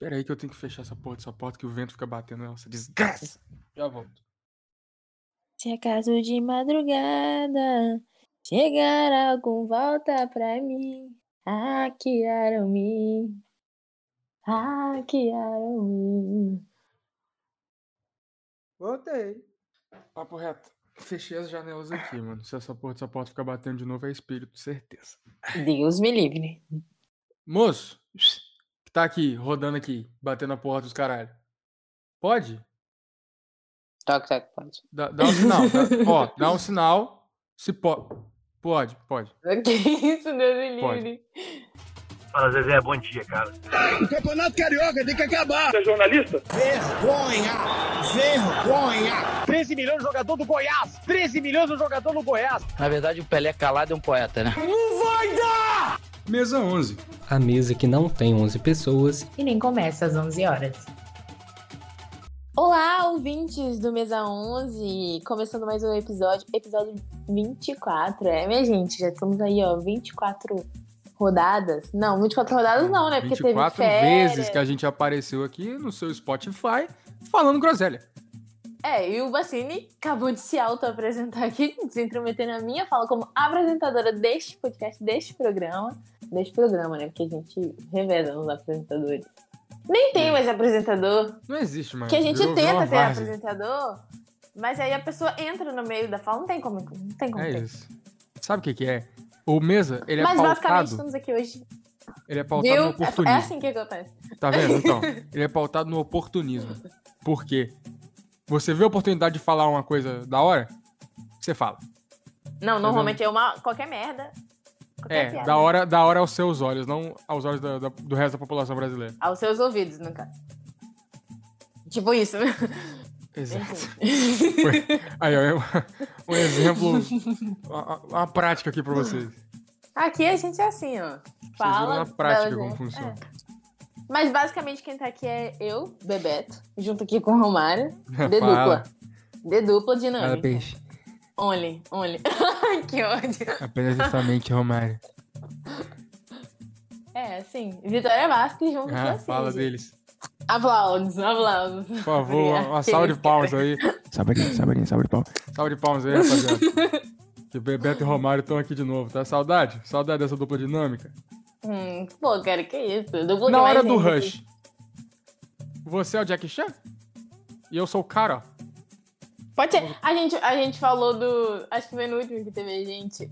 Pera aí que eu tenho que fechar essa porta que o vento fica batendo nessa desgraça. Já volto. Se acaso de madrugada chegar algum, volta pra mim. Hackearam-me. Hackearam-me. Voltei. Papo reto. Fechei as janelas aqui, mano. Se essa porta ficar batendo de novo, é espírito, certeza. Deus me livre. Moço, que tá aqui, rodando aqui, batendo a porta dos caralho. Pode? Toque, toque, pode. Dá um sinal. Dá um sinal. Se pode. Pode. Que isso, Deus me livre. Fala, Zezé, bom dia, cara. O Campeonato Carioca tem que acabar. Você é jornalista? Vergonha! 13 milhões de jogador do Goiás! 13 milhões de jogador no Goiás! Na verdade, o Pelé calado é um poeta, né? Não vai dar! Mesa 11. A mesa que não tem 11 pessoas. E nem começa às 11 horas. Olá, ouvintes do Mesa 11. Começando mais um episódio 24. Minha gente, já estamos aí, 24 rodadas. Não, 24 rodadas não, né? Porque teve 24 férias. vezes que a gente apareceu aqui no seu Spotify falando groselha. E o Bassini acabou de se auto-apresentar aqui, se intrometer na minha fala como apresentadora deste podcast, deste programa, né? Porque a gente reveza nos apresentadores. Nem tem mais apresentador. Não existe mais. Que a gente Virou tenta uma ter várzea. apresentador, mas aí a pessoa entra no meio da fala. Não tem como É ter. isso. Sabe o que é? O Mesa, ele é Mas basicamente pautado. estamos aqui hoje. Ele é pautado no Viu? oportunismo. É assim que acontece. Tá vendo? Então, ele é pautado no oportunismo. Por quê? Você vê a oportunidade de falar uma coisa da hora, você fala. Não, normalmente é qualquer merda. Qualquer piada. Da hora aos seus olhos, não aos olhos do resto da população brasileira. Aos seus ouvidos, no caso. Tipo isso, né? Exato. Aí, ó, um exemplo, uma prática aqui pra vocês. Aqui a gente é assim, ó. Vocês Fala. viram na prática dá como exemplo. funciona. Mas basicamente quem tá aqui é eu, Bebeto, junto aqui com o Romário. De Fala. dupla. De dupla dinâmica. Fala, peixe. Only. Ai, que ódio. Apenas justamente, Romário. Sim. Vitória Vasco junto com assim. Fala gente. deles. Aplausos. Por favor, Obrigada. uma salva de palmas aí. Salva de palmas. Salva de palmas aí, rapaziada. Que Bebeto e Romário estão aqui de novo, tá? Saudade dessa dupla dinâmica. Pô, cara, que isso? Dupla Na que mais hora do gente Rush, aqui. você é o Jackie Chan? E eu sou o cara, ó. Pode ser. A gente falou do... Acho que foi no último que teve a gente.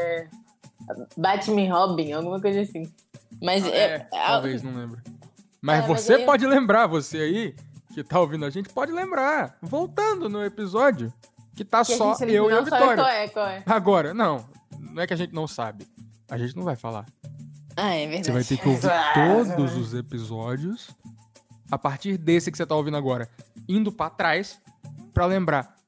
Batman e Robin, alguma coisa assim. Mas Talvez, não lembro. Mas mas você aí- pode lembrar, você aí, que tá ouvindo a gente, pode lembrar. Voltando no episódio, que tá que só gente eu e a não sabe Vitória. qual é. Agora, não é que a gente não sabe. A gente não vai falar. É verdade. Você vai ter que ouvir todos os episódios a partir desse que você tá ouvindo agora, indo pra trás pra lembrar.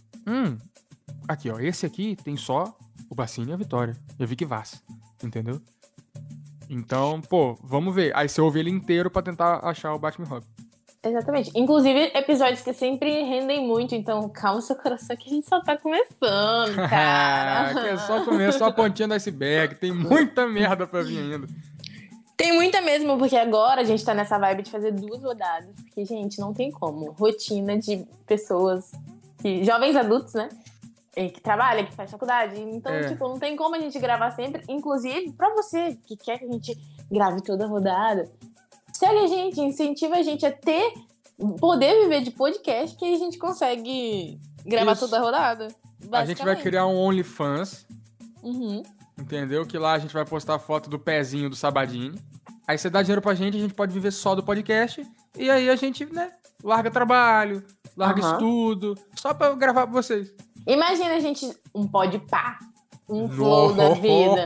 Aqui, ó, esse aqui tem só o Bassini e a Vitória. E a Vicky Vaz, entendeu? Então, pô, vamos ver. Aí você ouve ele inteiro pra tentar achar o Batman e Robin. Exatamente. Inclusive, episódios que sempre rendem muito, então calma seu coração que a gente só tá começando, cara. Que é só começar a pontinha do iceberg. Tem muita merda pra vir ainda. Tem muita mesmo, porque agora a gente tá nessa vibe de fazer 2 rodadas. Porque, gente, não tem como. Rotina de pessoas, jovens adultos, né? Que trabalha, que faz faculdade. Então, não tem como a gente gravar sempre. Inclusive, pra você que quer que a gente grave toda a rodada, segue a gente, incentiva a gente a poder viver de podcast, que aí a gente consegue gravar Isso. toda a rodada. A gente vai criar um OnlyFans, Uhum. entendeu? Que lá a gente vai postar foto do pezinho do Sabadini. Aí você dá dinheiro pra gente, a gente pode viver só do podcast. E aí a gente, né, larga trabalho, larga estudo, só pra eu gravar pra vocês. Imagina a gente, um podpá, um flow da vida.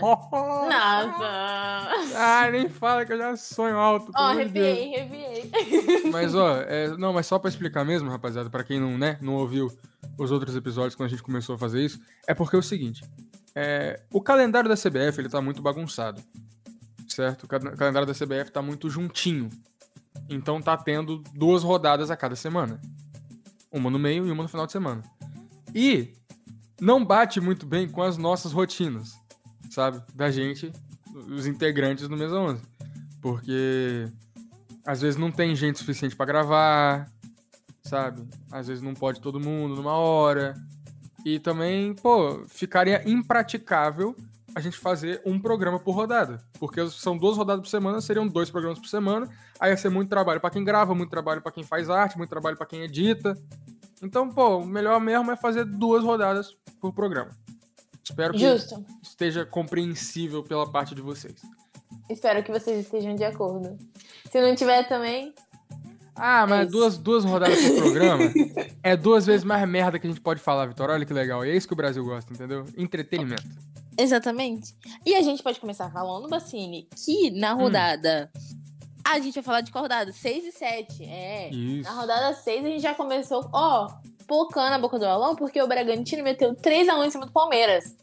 Nossa! Nem fala que eu já sonho alto. pelo amor de Deus. Arrepiei. Mas, mas só pra explicar mesmo, rapaziada, pra quem não ouviu os outros episódios quando a gente começou a fazer isso, é porque é o seguinte, o calendário da CBF, ele tá muito bagunçado, certo? O calendário da CBF tá muito juntinho, então tá tendo 2 rodadas a cada semana. Uma no meio e uma no final de semana. E não bate muito bem com as nossas rotinas, sabe? Da gente, os integrantes do Mesa 11. Porque Às vezes não tem gente suficiente pra gravar, sabe? Às vezes não pode todo mundo numa hora. E também, pô, ficaria impraticável a gente fazer um programa por rodada. Porque são 2 rodadas por semana, seriam 2 programas por semana. Aí ia ser muito trabalho pra quem grava, muito trabalho pra quem faz arte, muito trabalho pra quem edita. Então, pô, o melhor mesmo é fazer 2 rodadas por programa. Espero que esteja compreensível pela parte de vocês. Espero que vocês estejam de acordo. Se não tiver também... Ah, mas duas rodadas por programa é 2 vezes mais merda que a gente pode falar, Vitória. Olha que legal. E é isso que o Brasil gosta, entendeu? Entretenimento. Exatamente. E a gente pode começar falando, Bassini, que na rodada... A gente vai falar de qual rodada? 6 e 7. Isso. Na rodada 6 a gente já começou, pocando a boca do balão, porque o Bragantino meteu 3-1 em cima do Palmeiras.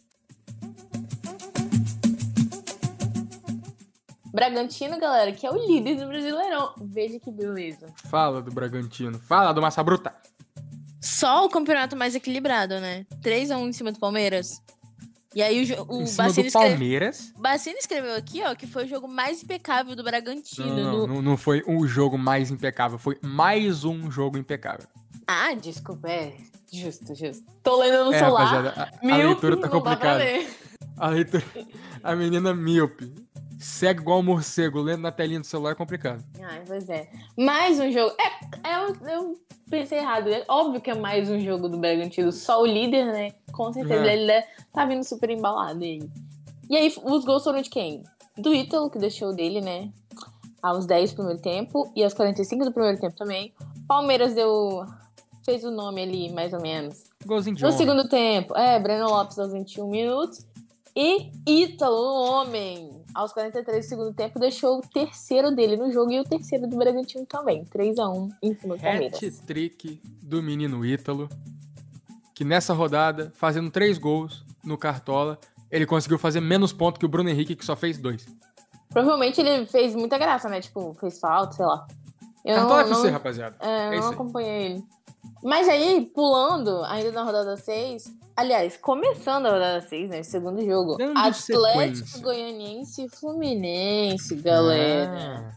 Bragantino, galera, que é o líder do Brasileirão. Veja que beleza. Fala do Bragantino. Fala do Massa Bruta. Só o campeonato mais equilibrado, né? 3-1 em cima do Palmeiras. E aí o em cima do Palmeiras. Bassini escreveu aqui, que foi o jogo mais impecável do Bragantino. Não foi um jogo mais impecável, foi mais um jogo impecável. Ah, desculpa, justo. Tô lendo no celular. Rapaziada, a leitura tá complicada. A leitura, a menina míope, cega igual um morcego, lendo na telinha do celular é complicado. Ai, pois é. Mais um jogo. Eu pensei errado. É óbvio que é mais um jogo do Bragantino. Só o líder, né? Com certeza ele tá vindo super embalado aí. E aí, os gols foram de quem? Do Ítalo, que deixou dele, né? Aos 10 do primeiro tempo e aos 45 do primeiro tempo também. Palmeiras fez o nome ali, mais ou menos. Golzinho de No honra. segundo tempo, Breno Lopes aos 21 minutos. E Ítalo, o homem, aos 43 do segundo tempo, deixou o terceiro dele no jogo e o terceiro do Bragantino também. 3-1 em cima do Palmeiras. Hat-trick do menino Ítalo, que nessa rodada, fazendo 3 gols no Cartola, ele conseguiu fazer menos ponto que o Bruno Henrique, que só fez 2. Provavelmente ele fez muita graça, né? Tipo, fez falta, sei lá. Cartola FC, rapaziada. Eu não acompanhei ele. Mas aí, pulando, ainda na rodada 6... Aliás, começando a rodada 6, né? Segundo jogo. Dando Atlético sequência. Goianiense e Fluminense, galera.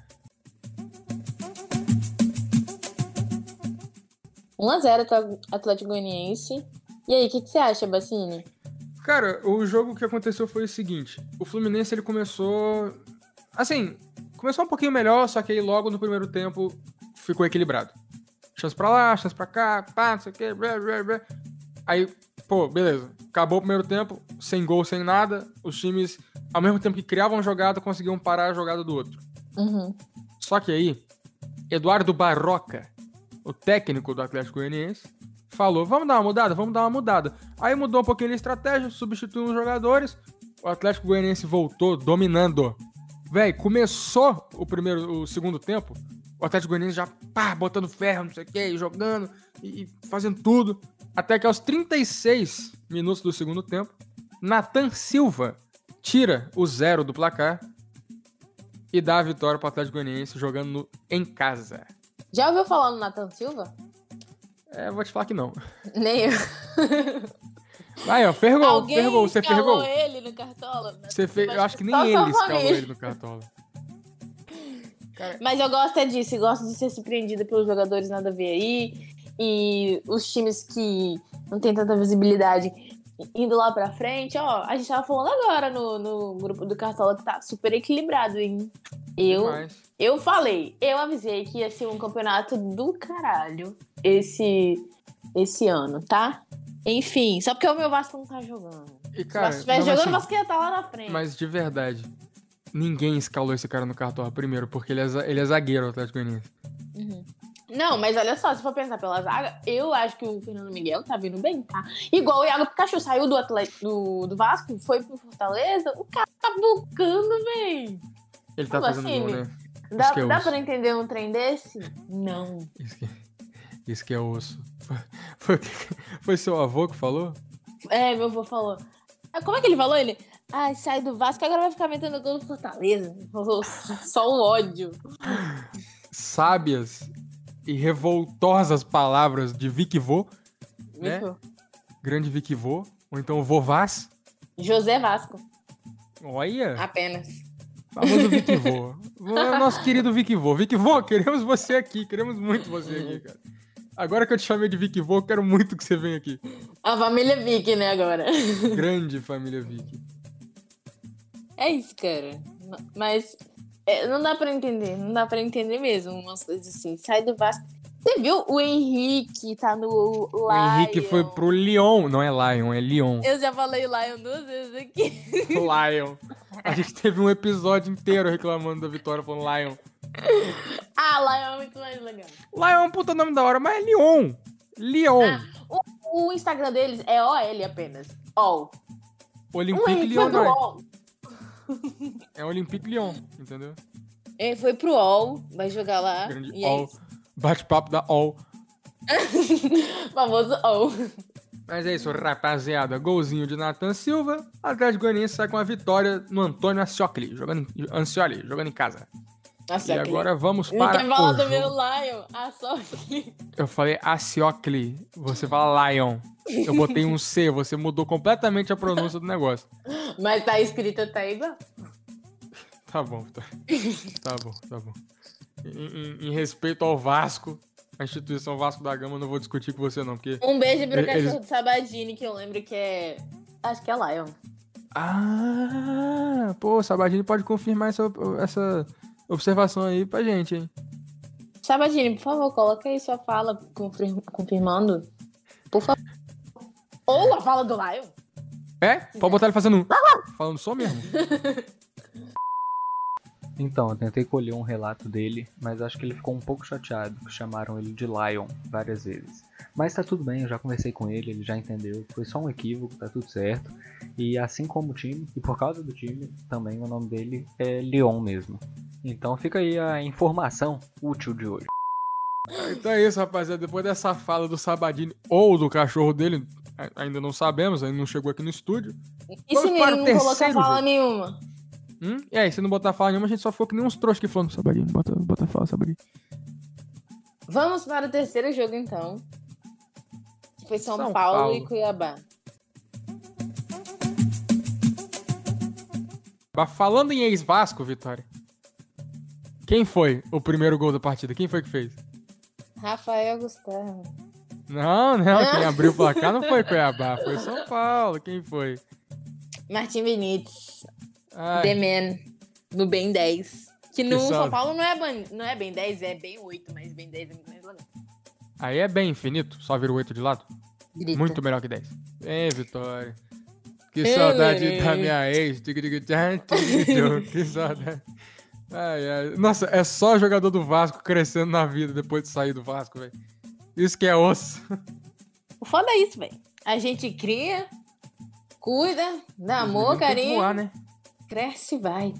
1-0 Atlético Goianiense. E aí, o que você acha, Bassini? Cara, o jogo que aconteceu foi o seguinte. O Fluminense, ele começou... Assim, começou um pouquinho melhor, só que aí logo no primeiro tempo ficou equilibrado. Chance pra lá, chance pra cá, pá, não sei o quê. Blá, blá, blá. Aí, pô, beleza. Acabou o primeiro tempo, sem gol, sem nada. Os times, ao mesmo tempo que criavam jogada, conseguiam parar a jogada do outro. Uhum. Só que aí, Eduardo Barroca, o técnico do Atlético Goianiense, falou, vamos dar uma mudada. Aí mudou um pouquinho a estratégia, substituiu uns jogadores, o Atlético Goianiense voltou dominando. Véi, começou o segundo tempo, o Atlético Goianiense já, botando ferro, não sei o que, jogando e fazendo tudo. Até que aos 36 minutos do segundo tempo, Nathan Silva tira o 0 do placar e dá a vitória para o Atlético Goianiense jogando em casa. Já ouviu falar no Nathan Silva? Vou te falar que não. Nem eu. Aí, ó, ferrou, Alguém você escalou ferrou. ele no Cartola? Eu acho que nem Só ele sua escalou família. ele no Cartola. Mas eu gosto disso, gosto de ser surpreendida pelos jogadores nada a ver aí. E os times que não tem tanta visibilidade indo lá pra frente. Ó, a gente tava falando agora no grupo do Cartola que tá super equilibrado, hein? Eu falei, eu avisei que ia ser um campeonato do caralho esse ano, tá? Enfim, só porque o meu Vasco não tá jogando. E, cara, se estivesse jogando, o Vasco ia estar lá na frente. Mas de verdade, ninguém escalou esse cara no Cartola primeiro, porque ele é zagueiro, o Atlético Goianiense. Uhum. Não, mas olha só, se for pensar pela zaga, eu acho que o Fernando Miguel tá vindo bem, tá? Igual o Iago Pikachu saiu do Vasco, foi pro Fortaleza, o cara tá bucando, véi. Ele tá fazendo assim, gol, né? Dá pra entender um trem desse? Não. Isso que é osso. Foi seu avô que falou? Meu avô falou. Como é que ele falou? Ele... sai do Vasco, agora vai ficar metendo gol do Fortaleza. Só o ódio. Sábias e revoltosas palavras de Vicky Vô, né? Grande Vicky Vô, ou então o Vovás. José Vasco. Olha! Apenas. Famoso Vicky Vô. O nosso querido Vicky Vô. Vicky Vô, queremos você aqui. Queremos muito você aqui, cara. Agora que eu te chamei de Vicky Vô, eu quero muito que você venha aqui. A família Vicky, né, agora. Grande família Vicky. É isso, cara. Mas não dá pra entender. Não dá pra entender mesmo umas coisas assim. Sai do Vasco. Você viu o Henrique tá no Lion? O Henrique foi pro Lyon. Não é Lion, é Lyon. Eu já falei Lion 2 vezes aqui. Lion. A gente teve um episódio inteiro reclamando da vitória falando Lion. Lion é muito mais legal. Lion é um puta nome da hora, mas é Lyon. Lyon. O Instagram deles é OL apenas. All. Olympique Henrique foi pro Lyonnais. All. É Olympique Lyon, entendeu? Ele foi pro All, vai jogar lá. Grande E All. é isso. Bate-papo da All. Famoso All. Mas é isso, rapaziada. Golzinho de Nathan Silva. Atlético Goianiense sai com a vitória no Antônio Asciocli, jogando em casa. Nossa, E agora vamos não para quer falar o do meu jogo. Lion? Só que... Eu falei Asciocli, você fala Lion. Eu botei um C, você mudou completamente a pronúncia do negócio. Mas tá escrito, tá igual. Tá bom. Em respeito ao Vasco, a instituição Vasco da Gama, eu não vou discutir com você não, porque... Um beijo pro Eles- cachorro do Sabadini, que eu lembro que é... Acho que é Lion. Pô, Sabadini pode confirmar essa observação aí pra gente, hein? Sabadini, por favor, coloca aí sua fala confirmando. Por favor. Ou a fala do Lion. Pode botar ele fazendo falando só mesmo. Então, eu tentei colher um relato dele, mas acho que ele ficou um pouco chateado, que chamaram ele de Lion várias vezes. Mas tá tudo bem, eu já conversei com ele já entendeu, foi só um equívoco, tá tudo certo. E assim como o time, e por causa do time, também o nome dele é Leon mesmo. Então fica aí a informação útil de hoje. Então é isso, rapaziada. Depois dessa fala do Sabadini ou do cachorro dele, ainda não sabemos, ainda não chegou aqui no estúdio. E Vamos se para o ele não colocar terceiro fala jogo. nenhuma? E aí, se não botar fala nenhuma, a gente só ficou que nem uns trouxas que falando Sabadini, bota fala, Sabadini. Vamos para o terceiro jogo, então. Que foi São São Paulo Paulo. e Cuiabá. Falando em ex-Vasco, Vitória, quem foi o primeiro gol da partida? Quem foi que fez? Rafael Gustavo. Não, quem abriu o placar não foi Cuiabá, foi São Paulo. Quem foi? Martim Benítez. Ai, The Man. No Ben 10. Que no saudade. São Paulo não é Ben 10, é Ben 8, mas Ben 10 é muito mais legal. aí é bem infinito, só vira o 8 de lado. Grita. Muito melhor que 10. Vitória. Que saudade da minha ex. Que saudade. Ai. Nossa, é só jogador do Vasco crescendo na vida depois de sair do Vasco, velho. Isso que é osso. O foda é isso, velho. A gente cria, cuida, dá amor, Tem que carinho, voar, né? cresce e vai.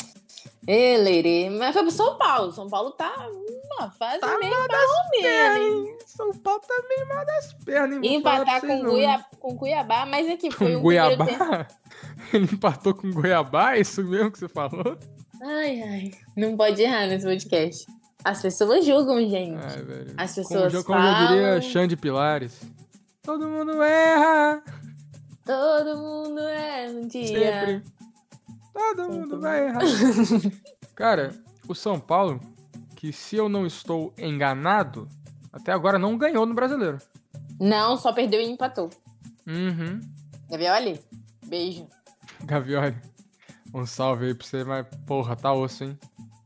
Lerê. Mas foi pro São Paulo. São Paulo tá numa fase meio marromena, hein? São Paulo tá meio mal das pernas, hein? Vou falar Empatar pra vocês com, não. com Cuiabá, mas aqui foi Com um primeiro tempo. Goiabá? Ele empatou com Goiabá? É isso mesmo que você falou? Ai. Não pode errar nesse podcast. As pessoas julgam, gente. Ai, velho. As pessoas Como eu diria, falam. Xande Pilares. Todo mundo erra. Todo mundo é um dia. Sempre. Todo mundo vai errar. Cara, o São Paulo, que se eu não estou enganado, até agora não ganhou no Brasileiro. Não, só perdeu e empatou. Uhum. Gavioli, beijo. Gavioli, um salve aí pra você, mas porra, tá osso, hein?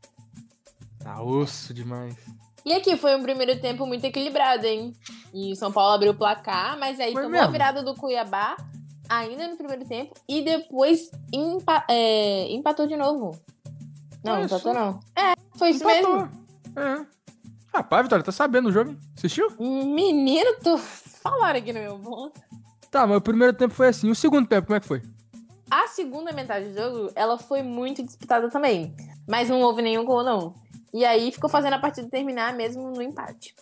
Tá osso demais. E aqui foi um primeiro tempo muito equilibrado, hein? E o São Paulo abriu o placar, mas aí Foi tomou a mesmo? virada do Cuiabá ainda no primeiro tempo e depois empatou de novo. Não, Olha empatou só. não. Foi isso Empatou. mesmo. É. Rapaz, Vitória, tá sabendo o jogo, hein? Assistiu? Menino, tô falando aqui no meu ponto. Tá, mas o primeiro tempo foi assim. O segundo tempo, como é que foi? A segunda metade do jogo, ela foi muito disputada também. Mas não houve nenhum gol, não. E aí ficou fazendo a partida terminar mesmo no empate.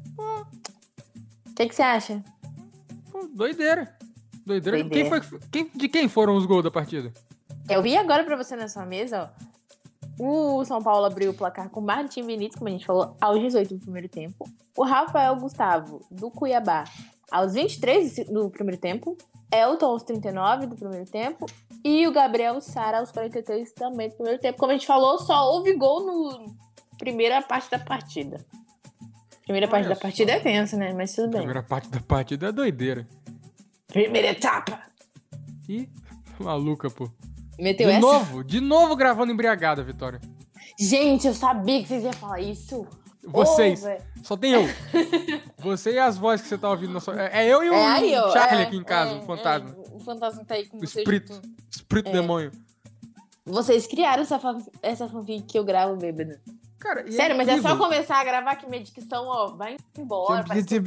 O que você acha? Pô, doideira. Doideira. De quem foram os gols da partida? Eu vi agora pra você na sua mesa, ó. O São Paulo abriu o placar com o Martim Benítez, como a gente falou, aos 18 do primeiro tempo. O Rafael Gustavo, do Cuiabá, aos 23 do primeiro tempo, Elton aos 39 do primeiro tempo e o Gabriel Sara aos 43 também do primeiro tempo. Como a gente falou, só houve gol no primeira parte da partida. Primeira parte da partida é tensa, né? Mas tudo bem. Primeira parte da partida é doideira. Primeira etapa. Ih, maluca, pô. Meteu essa? De novo gravando embriagada, Vitória. Gente, eu sabia que vocês iam falar isso. Vocês. Velho. Só tem eu. Você e as vozes que você tá ouvindo na sua... É eu e o Charlie aqui em casa, o fantasma. O fantasma tá aí com O você. espírito. Espírito demônio. Vocês criaram essa fanfic que eu gravo bêbado. Cara, sério, mas é só começar a gravar que minha dicção, ó, vai embora.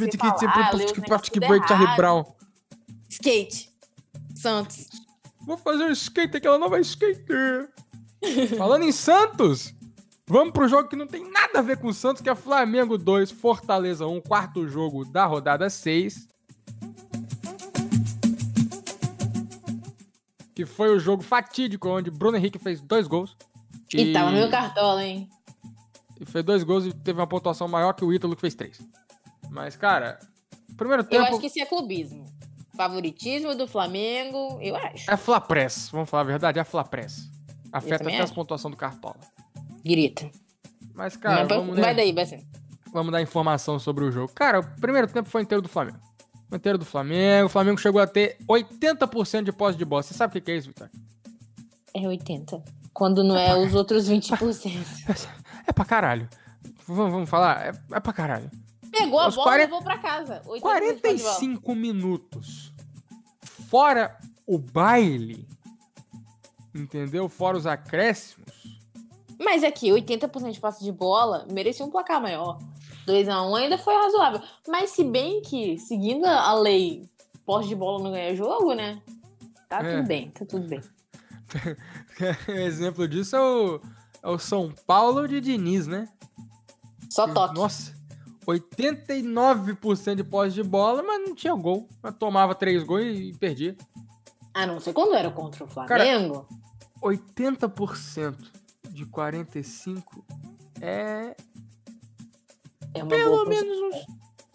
Charlie Brown. Skate. Santos. Vou fazer um skate, aquela nova skater. Falando em Santos, vamos pro jogo que não tem nada a ver com o Santos, que é Flamengo 2, Fortaleza 1, quarto jogo da rodada 6. Que foi o jogo fatídico, onde Bruno Henrique fez 2 gols. E tava no meu cartola, hein? E fez 2 gols e teve uma pontuação maior que o Ítalo, que fez 3. Mas, cara, primeiro tempo... Eu acho que isso é clubismo. Favoritismo do Flamengo, eu acho. É Flapress, vamos falar a verdade, é Flapress. Afeta até as pontuações do cartola. Grita. Mas, cara, vamos, vai daí, Bessinho. Vamos dar informação sobre o jogo. Cara, o primeiro tempo foi inteiro do Flamengo. Inteiro do Flamengo. O Flamengo chegou a ter 80% de posse de bola. Você sabe o que é isso, Vitor? É 80%. Quando não é os outros 20%. É pra caralho. Vamos falar? É pra caralho. Pegou a bola e levou pra casa. 45 minutos. Fora o baile. Entendeu? Fora os acréscimos. Mas aqui, 80% de posse de bola merecia um placar maior. 2-1 ainda foi razoável. Mas se bem que, seguindo a lei, posse de bola não ganha jogo, né? Tá tudo bem, tá tudo bem. Exemplo disso é o São Paulo de Diniz, né? Só toque. Nossa, 89% de posse de bola, mas não tinha gol. Mas tomava 3 gols e perdia. A não ser quando era contra o Flamengo. Cara, 80% de 45 é uma pelo menos uns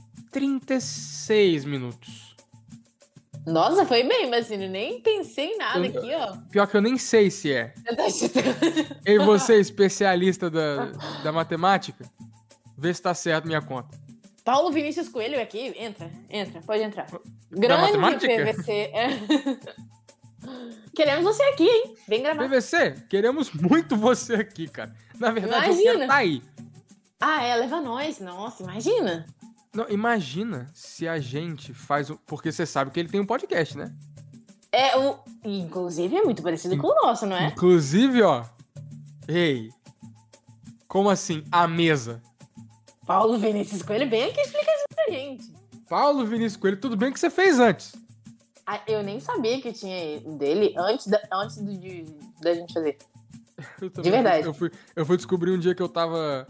36 minutos. Nossa, foi bem, mas assim, nem pensei em nada aqui, ó. Pior que eu nem sei se é. E você, especialista da matemática, vê se tá certo minha conta. Paulo Vinícius Coelho aqui, entra, pode entrar. Grande PVC. Queremos você aqui, hein? Vem gravar. PVC, queremos muito você aqui, cara. Na verdade, imagina. eu quero tá aí. Ah, leva nós. Nossa, imagina. Não, imagina se a gente faz porque você sabe que ele tem um podcast, né? Inclusive é muito parecido com o nosso, não é? Inclusive, ó. Ei. Como assim? A mesa. Paulo Vinícius Coelho, vem aqui explicar isso pra gente. Paulo Vinícius Coelho, tudo bem que você fez antes. Eu nem sabia que tinha dele antes da gente fazer. De verdade. Eu fui descobrir um dia que eu tava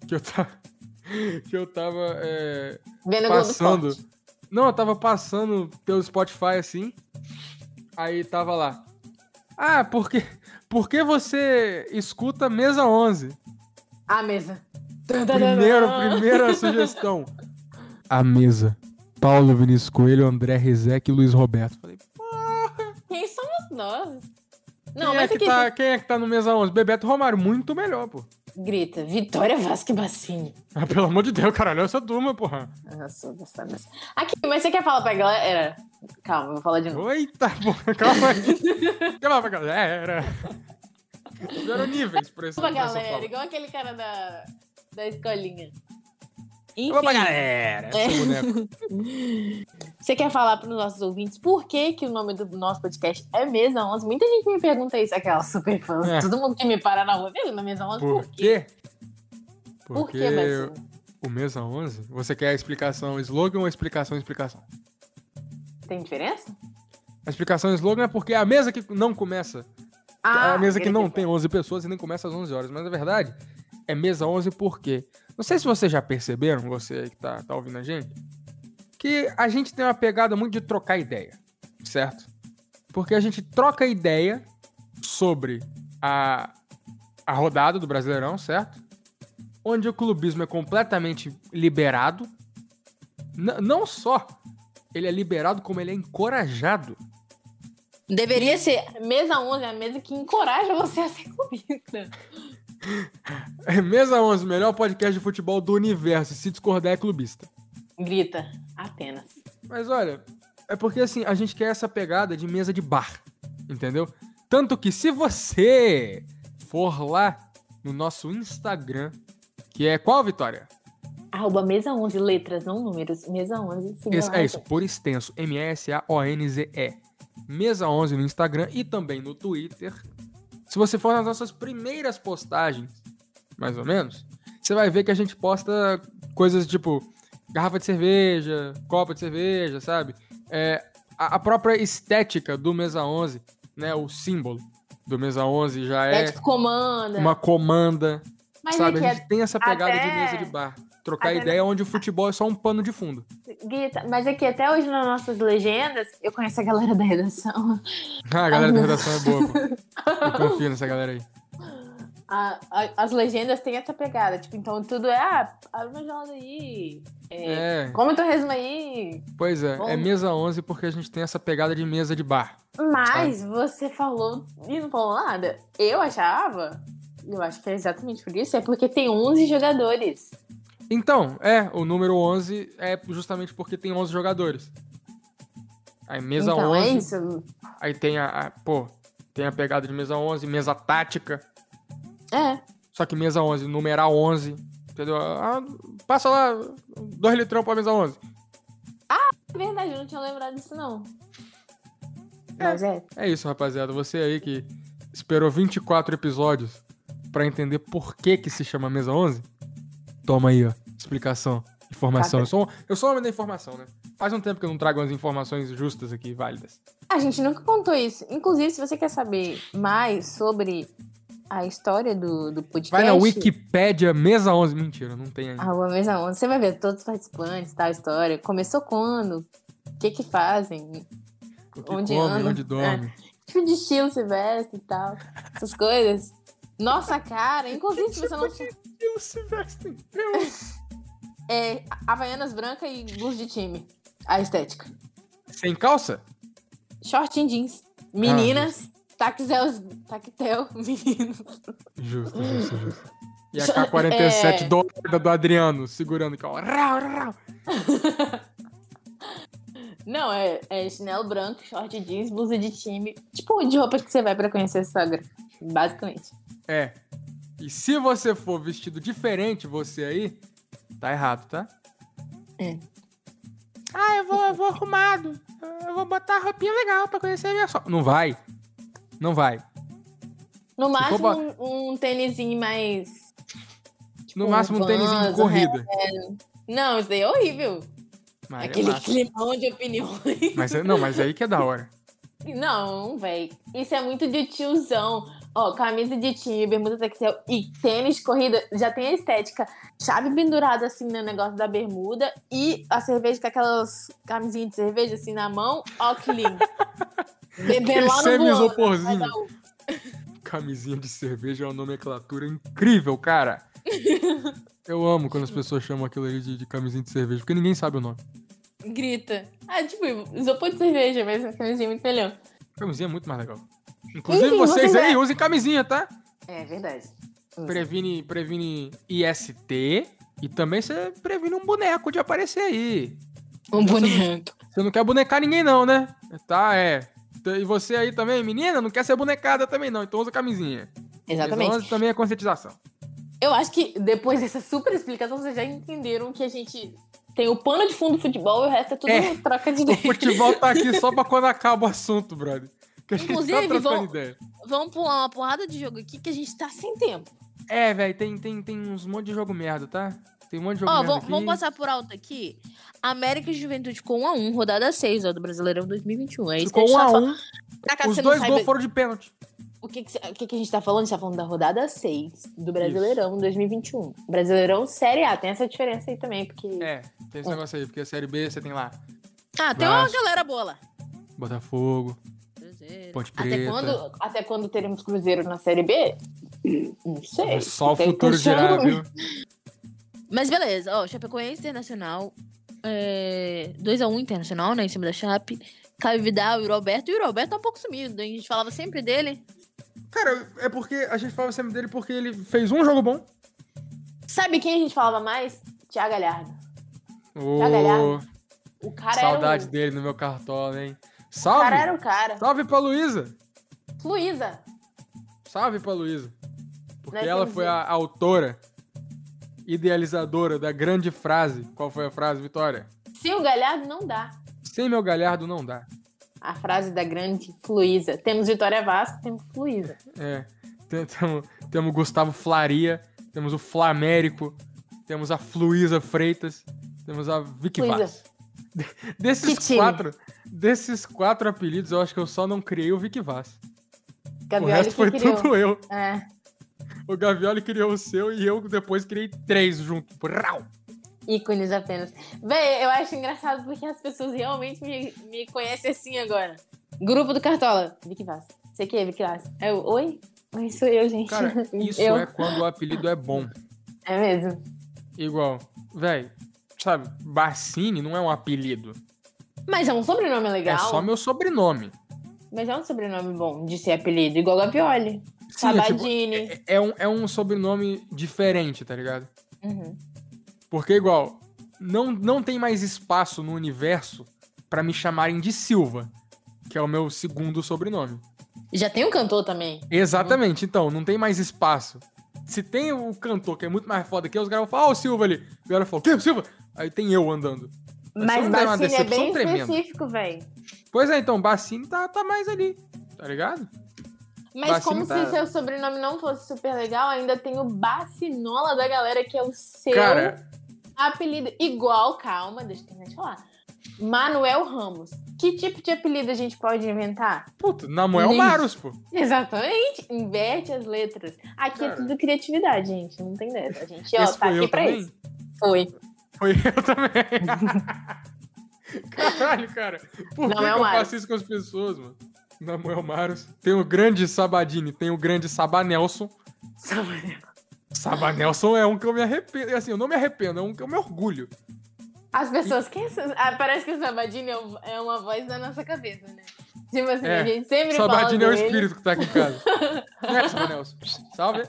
vendo passando. Não, eu tava passando pelo Spotify assim. Aí tava lá. Ah, por que você escuta Mesa 11? A mesa. Primeira sugestão. A mesa. Paulo Vinícius Coelho, André Rizek e Luiz Roberto. Falei, porra. Quem somos nós? Não, mas quem é que tá no Mesa 11? Bebeto Romário, muito melhor, pô. Grita, Vitória Vasco e Bassini. Ah, pelo amor de Deus, caralho, essa turma, porra. Aqui, mas você quer falar pra galera? Calma, eu vou falar de novo. Eita, porra, calma aí. Quer falar pra galera? Fizeram níveis por esse pra galera, igual aquele cara da escolinha. Enfim. Vamos pra galera, esse boneco. Você quer falar para os nossos ouvintes por que o nome do nosso podcast é Mesa 11? Muita gente me pergunta isso, aquela super fã. Todo mundo que me para na rua pergunta Mesa 11 por quê? Por que, o Mesa 11? Você quer a explicação slogan ou a explicação? Tem diferença? A explicação slogan é porque a mesa que não começa... a mesa que não tem 11 pessoas e nem começa às 11 horas. Mas, na verdade, é Mesa 11 por quê? Não sei se vocês já perceberam, você aí que tá ouvindo a gente, que a gente tem uma pegada muito de trocar ideia, certo? Porque a gente troca ideia sobre a rodada do Brasileirão, certo? Onde o clubismo é completamente liberado. Não só ele é liberado como ele é encorajado. Deveria ser mesa 11, a mesa que encoraja você a ser clubista. Mesa 11, melhor podcast de futebol do universo. Se discordar, é clubista. Grita, apenas. Mas olha, é porque assim, a gente quer essa pegada de mesa de bar, entendeu? Tanto que se você for lá no nosso Instagram, que é qual, Vitória? @mesa 11, letras, não números. Mesa 11, sim. É isso, por extenso, MESAONZE. Mesa 11 no Instagram e também no Twitter. Se você for nas nossas primeiras postagens, mais ou menos, você vai ver que a gente posta coisas tipo garrafa de cerveja, copo de cerveja, sabe? A própria estética do Mesa 11, né? O símbolo do Mesa 11 já é comanda. uma comanda, Mas sabe? é A gente tem essa pegada até... de mesa de bar. Trocar até ideia onde o futebol é só um pano de fundo. Grita, mas é que até hoje nas nossas legendas, eu conheço a galera da redação. A galera da redação é boa, pô. Eu confio nessa galera aí. As legendas têm essa pegada, tipo, então tudo é, abre uma gelada aí, come torresmo aí. Pois é, Bom. é mesa 11 porque a gente tem essa pegada de mesa de bar. Mas você falou e não falou nada. Eu acho que é exatamente por isso, é porque tem 11 jogadores. Então, o número 11 é justamente porque tem 11 jogadores. Aí mesa então, 11, é isso. aí tem tem a pegada de mesa 11, mesa tática. Só que mesa 11, numeral 11, entendeu? Passa lá 2 litrão pra mesa 11. É verdade, eu não tinha lembrado disso, não. Mas É isso, rapaziada. Você aí que esperou 24 episódios pra entender por que se chama mesa 11, toma aí, ó, explicação, informação. Eu sou homem da informação, né? Faz um tempo que eu não trago umas informações justas aqui, válidas. A gente nunca contou isso. Inclusive, se você quer saber mais sobre a história do podcast... Vai na Wikipédia, mesa 11. Mentira, não tem ainda. Mesa 11. Você vai ver todos os participantes, tal, a história. Começou quando? O que fazem? O que Onde come, andam? onde dorme. Tipo de estilo se veste e tal. Essas coisas. Nossa cara. Inclusive, se você não... Estilo se vestem, Deus. Havaianas branca e blusa de time. A estética. Sem calça? Short em jeans. Meninas, tactel, meninos. Justo. E a K-47 dourada do Adriano, segurando aqui, ó. Rau. Não, é chinelo branco, short jeans, blusa de time. Tipo de roupa que você vai pra conhecer a sogra. Basicamente. E se você for vestido diferente, você aí, tá errado, tá? Eu vou arrumado. Eu vou botar roupinha legal pra conhecer a minha sogra. Não vai. No máximo, um tênisinho mais... Tipo, no máximo um tênisinho de corrida. Não, isso daí é horrível. Mas aquele climão de opiniões. Mas aí que é da hora. Não, véi. Isso é muito de tiozão. Ó, camisa de time, bermuda tactel e tênis de corrida já tem a estética. Chave pendurada assim no negócio da bermuda e a cerveja com aquelas camisinhas de cerveja assim na mão. Ó, que lindo. Beber lá no semi-isoporzinho. Camisinha de cerveja é uma nomenclatura incrível, cara. Eu amo quando as pessoas chamam aquilo ali de camisinha de cerveja, porque ninguém sabe o nome. Grita. Tipo, isopor de cerveja, mas a camisinha é muito melhor. Camisinha é muito mais legal. Inclusive, vocês aí usem camisinha, tá? É verdade. Previne IST e também você previne um boneco de aparecer aí. Um boneco. Você não quer bonecar ninguém não, né? Tá, E você aí também, menina, não quer ser bonecada também não, então usa camisinha. Exatamente. Mas também é conscientização. Eu acho que depois dessa super explicação, vocês já entenderam que a gente tem o pano de fundo do futebol e o resto é tudo troca de ideia. O futebol tá aqui só pra quando acaba o assunto, brother. Que a gente Inclusive, tá trocando ideia. Vamos pular uma porrada de jogo aqui que a gente tá sem tempo. Velho, tem uns monte de jogo merda, tá? Tem um monte de jogo merda aqui. Vamos passar por alto aqui. América e Juventude ficou 1x1, rodada 6 do Brasileirão 2021. É isso ficou que a gente 1x1. Tá Os 2 gols foram de pênalti. O que a gente tá falando? A gente tá falando da rodada 6 do Brasileirão 2021. Brasileirão Série A. Tem essa diferença aí também, porque... Tem esse negócio aí, porque a Série B você tem lá. Tem uma galera boa lá. Botafogo. Ponte Preta. Até quando teremos Cruzeiro na Série B? Não sei. Só o futuro dirá, viu? Mas beleza, Chapecoense Internacional 2x1 Internacional, né? Em cima da Chape. Caio Vidal e o Roberto. E o Roberto tá um pouco sumido, hein? A gente falava sempre dele. Cara, é porque a gente fala sempre dele porque ele fez um jogo bom. Sabe quem a gente falava mais? Thiago Galhardo. Ô, Galhardo. O cara saudade era dele no meu cartola, hein? o Salve! cara era o cara. Salve pra Luísa! Luísa. Salve pra Luísa. Porque Nós ela temos foi a autora, idealizadora da grande frase. Qual foi a frase, Vitória? Se o Galhardo não dá. Sem meu Galhardo não dá. A frase da grande Luísa. Temos Vitória Vasco, temos Luísa. É. Temos Gustavo Flaria, temos o Flamérico, temos a Fluísa Freitas, temos a Vicky Luísa. Vaz. Desses quatro apelidos, eu acho que eu só não criei o Vicky Vaz. O Gavioli resto que foi criou. tudo eu. É. O Gavioli criou o seu e eu depois criei 3 junto. Rau! Ícones apenas. Véi, eu acho engraçado porque as pessoas realmente me conhecem assim agora. Grupo do Cartola. Vicky Vaz. Sei que é Vicky Vaz. Oi? Oi, sou eu, gente. Cara, isso eu. é quando o apelido é bom. É mesmo. Igual, véi, sabe, Bassini não é um apelido. Mas é um sobrenome legal. É só meu sobrenome. Mas é um sobrenome bom de ser apelido. Igual Gavioli. Sim, é, tipo, Sabadini. é um sobrenome diferente, tá ligado? Uhum. Porque, igual, não tem mais espaço no universo pra me chamarem de Silva, que é o meu segundo sobrenome. Já tem um cantor também. Exatamente, então, não tem mais espaço. Se tem o cantor que é muito mais foda que os caras vão falar, ó, o Silva ali. E o cara fala, o que, o Silva? Aí tem eu andando. Mas Isso daí uma Bassini é bem decepção tremenda. específico, velho. Pois é, então, Bassini tá mais ali, tá ligado? Mas Bassini como tá- se seu sobrenome não fosse super legal, ainda tem o Bacinola da galera, que é o seu Cara, apelido. Igual, calma, deixa eu terminar de falar. Manuel Ramos. Que tipo de apelido a gente pode inventar? puta, Namuel Nem- Maros, pô. Exatamente. Inverte as letras. Aqui Cara. é tudo criatividade, gente. Não tem dessa. A gente, ó, Esse tá foi aqui eu pra também? isso. Foi. Foi eu também. Caralho, cara. Por que Namuel eu Maros. faço isso com as pessoas, mano? Namuel Maros. Tem o grande Sabadini, tem o grande Sabanelson. Sabanelson é um que eu me arrependo. Assim, eu não me arrependo, é um que eu me orgulho. As pessoas, parece que o Sabadini é uma voz da nossa cabeça, né? Tipo assim, É. a gente sempre fala Sabadini é o dele. espírito que tá aqui em casa. Né, Sabanelson? Salve.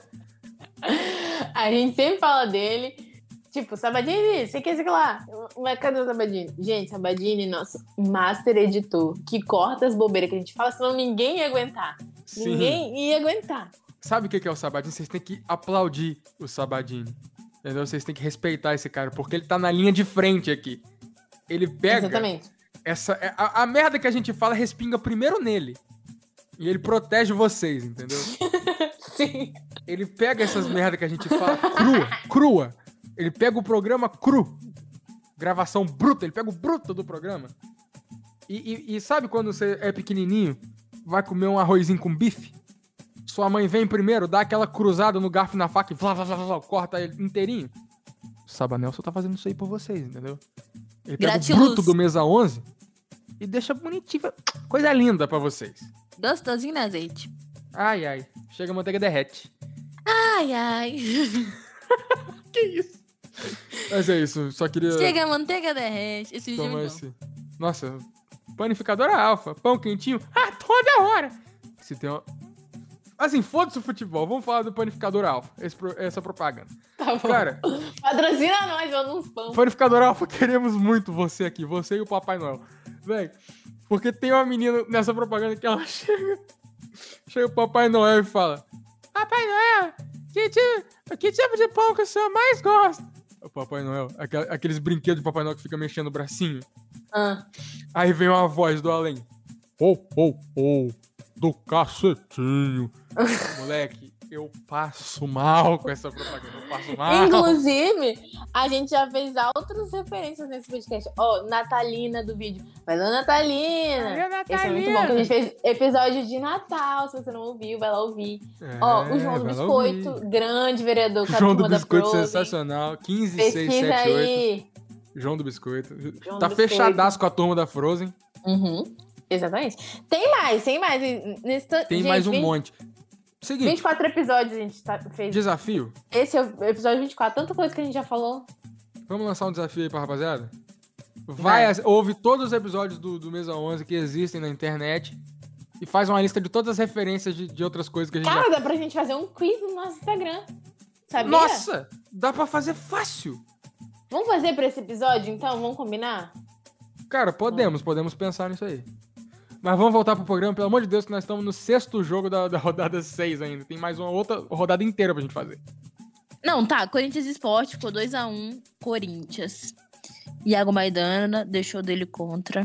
A gente sempre fala dele. Tipo, Sabadini, você quer sei lá. Mas cadê o Sabadini? Gente, Sabadini, nosso master editor, que corta as bobeiras que a gente fala, senão ninguém ia aguentar. Sim. Ninguém ia aguentar. Sabe o que é o Sabadini? Vocês têm que aplaudir o Sabadini. Entendeu? Vocês têm que respeitar esse cara, porque ele tá na linha de frente aqui. Ele pega Exatamente. a merda que a gente fala respinga primeiro nele. E ele protege vocês, entendeu? Sim. Ele pega essas merda que a gente fala crua. Ele pega o programa cru. Gravação bruta. Ele pega o bruto do programa. E sabe quando você é pequenininho, vai comer um arrozinho com bife? Sua mãe vem primeiro, dá aquela cruzada no garfo e na faca e corta ele inteirinho. O Sabanelson tá fazendo isso aí por vocês, entendeu? Ele pega Gratiluz. o bruto do mesa 11 e deixa bonitinho. Coisa linda pra vocês. Gostosinho no azeite. Ai, ai. Chega a manteiga derrete. Ai, ai. Que isso? Mas é isso, só queria Chega a manteiga derrete. Esse vídeo é tomar muito bom. esse... Nossa, panificadora alfa, pão quentinho, toda hora. Se tem uma... Assim, foda-se o futebol, vamos falar do panificador alfa, essa propaganda. Tá bom. Cara, Patrocina nós, manda uns pão. panificador alfa, queremos muito você aqui, você e o Papai Noel. Véi, porque tem uma menina nessa propaganda que ela chega o Papai Noel e fala: Papai Noel, que tipo de pão que o senhor mais gosta? O Papai Noel, aqueles brinquedos de Papai Noel que fica mexendo o bracinho. Ah. Aí vem uma voz do além. Do cacetinho. Moleque, eu passo mal com essa propaganda. Eu passo mal. Inclusive, a gente já fez outras referências nesse podcast. Ó, Natalina do vídeo. Vai lá, Natalina. Valeu, Natalina. Esse é muito bom, que a gente fez episódio de Natal. Se você não ouviu, vai lá ouvir. Ó, o João do vai lá Biscoito, ouvir. grande vereador. João do turma da Biscoito, Frozen. sensacional. 15, 6, Pesquisa 7, 8. aí. João do Biscoito. João Tá do Biscoito. fechadaço com a turma da Frozen. Uhum, exatamente. Tem mais. Tem Gente, mais um monte. Seguinte, 24 episódios a gente fez. desafio. Esse é o episódio 24. Tanta coisa que a gente já falou. Vamos lançar um desafio aí pra rapaziada? Ouve todos os episódios do Mesa 11 que existem na internet e faz uma lista de todas as referências de outras coisas que a gente Cara, dá pra gente fazer um quiz no nosso Instagram. Sabia? Nossa! Dá pra fazer fácil! Vamos fazer pra esse episódio, então? Vamos combinar? Cara, podemos pensar nisso aí. Mas vamos voltar pro programa, pelo amor de Deus, que nós estamos no 6º jogo da rodada 6 ainda. Tem mais uma outra rodada inteira pra gente fazer. Não, tá. Corinthians Sport ficou 2-1. Corinthians. Iago Maidana deixou dele contra.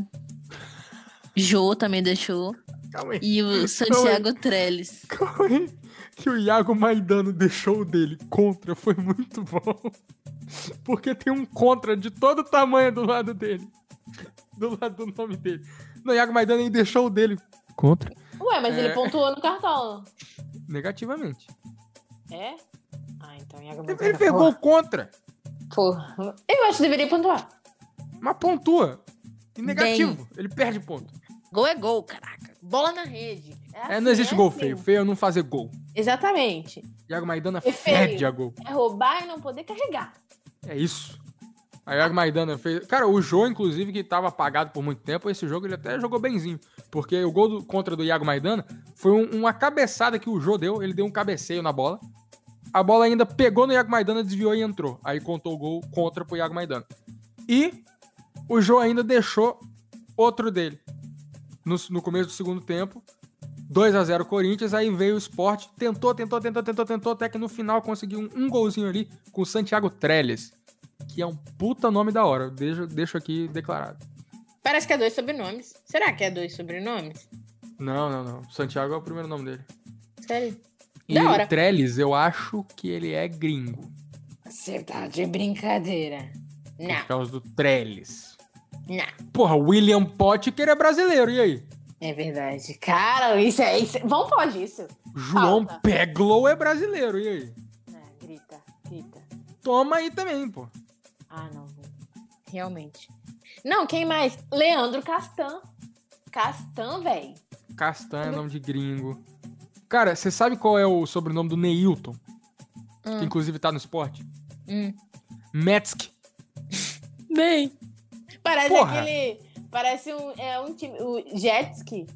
Jô também deixou. Calma aí. E o Santiago Trellis. Calma aí. Que o Iago Maidano deixou dele contra foi muito bom. Porque tem um contra de todo tamanho do lado dele. Do lado do nome dele. No Iago Maidano ele deixou o dele contra. Ué, mas ele pontuou no cartão. Negativamente. É? Ah, então Iago Ele Maidana... pegou o contra. Porra. Eu acho que deveria pontuar. Mas pontua. E negativo. Ele perde ponto. Gol é gol, caraca. Bola na rede. Não existe gol assim. feio. Feio é não fazer gol. Exatamente. Iago Maidana É feio. fede a gol. É roubar e não poder carregar. É isso. A Iago Maidana fez... Cara, o Jô, inclusive, que tava apagado por muito tempo, esse jogo ele até jogou benzinho. Porque o gol contra do Iago Maidana foi uma cabeçada que o Jô deu. Ele deu um cabeceio na bola. A bola ainda pegou no Iago Maidana, desviou e entrou. Aí contou o gol contra pro Iago Maidana. E o Jô ainda deixou outro dele. No começo do segundo tempo. 2-0 Corinthians, aí veio o Sport, tentou, até que no final conseguiu um golzinho ali com o Santiago Trellis, que é um puta nome da hora, deixo aqui declarado. Parece que é 2 sobrenomes. Será que é 2 sobrenomes? Não. Santiago é o primeiro nome dele. Sério? E Da hora. o Trellis, eu acho que ele é gringo. Você tá de brincadeira. Não, Por causa do Trellis. não. Porra, William Potker é brasileiro, e aí? É verdade. Cara, isso é... Vamos falar disso. João Falta. Peglow é brasileiro, e aí? Grita. Toma aí também, pô. Ah, não. Realmente. Não, quem mais? Leandro Castan. Castan, velho. Castan é nome de gringo. Cara, você sabe qual é o sobrenome do Neilton? Que inclusive tá no esporte? Metzk. Bem. Parece Porra. aquele... Parece um time... O Jetski.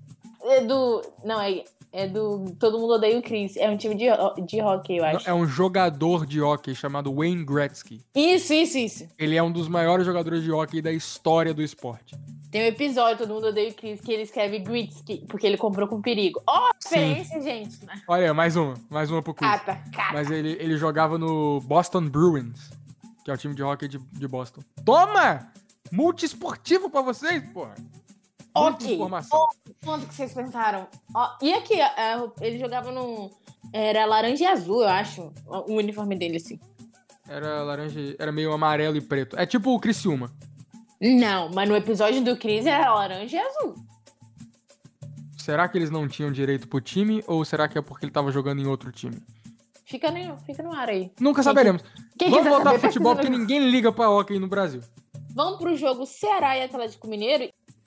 É do... Todo Mundo Odeia o Chris. É um time de hockey, eu acho. É um jogador de hockey chamado Wayne Gretzky. Isso. Ele é um dos maiores jogadores de hockey da história do esporte. Tem um episódio, Todo Mundo Odeia o Chris, que ele escreve Gretzky, porque ele comprou com perigo. Ó, referência, gente. Olha, mais uma pro Chris. Cata. Mas ele jogava no Boston Bruins, que é o time de hockey de Boston. Toma! Multiesportivo pra vocês, porra. Muita Ok. informação. Quanto que vocês pensaram? Ó, e aqui, ele jogava no... Era laranja e azul, eu acho, o uniforme dele, assim. Era laranja, era meio amarelo e preto. É tipo o Criciúma. Não, mas no episódio do Chris era laranja e azul. Será que eles não tinham direito pro time ou será que é porque ele tava jogando em outro time? Fica no ar aí. Nunca saberemos. Quem Vamos quiser voltar saber, pro futebol pesquisa porque no- ninguém liga pra hockey no Brasil. Vamos pro jogo Ceará e Atlético Mineiro.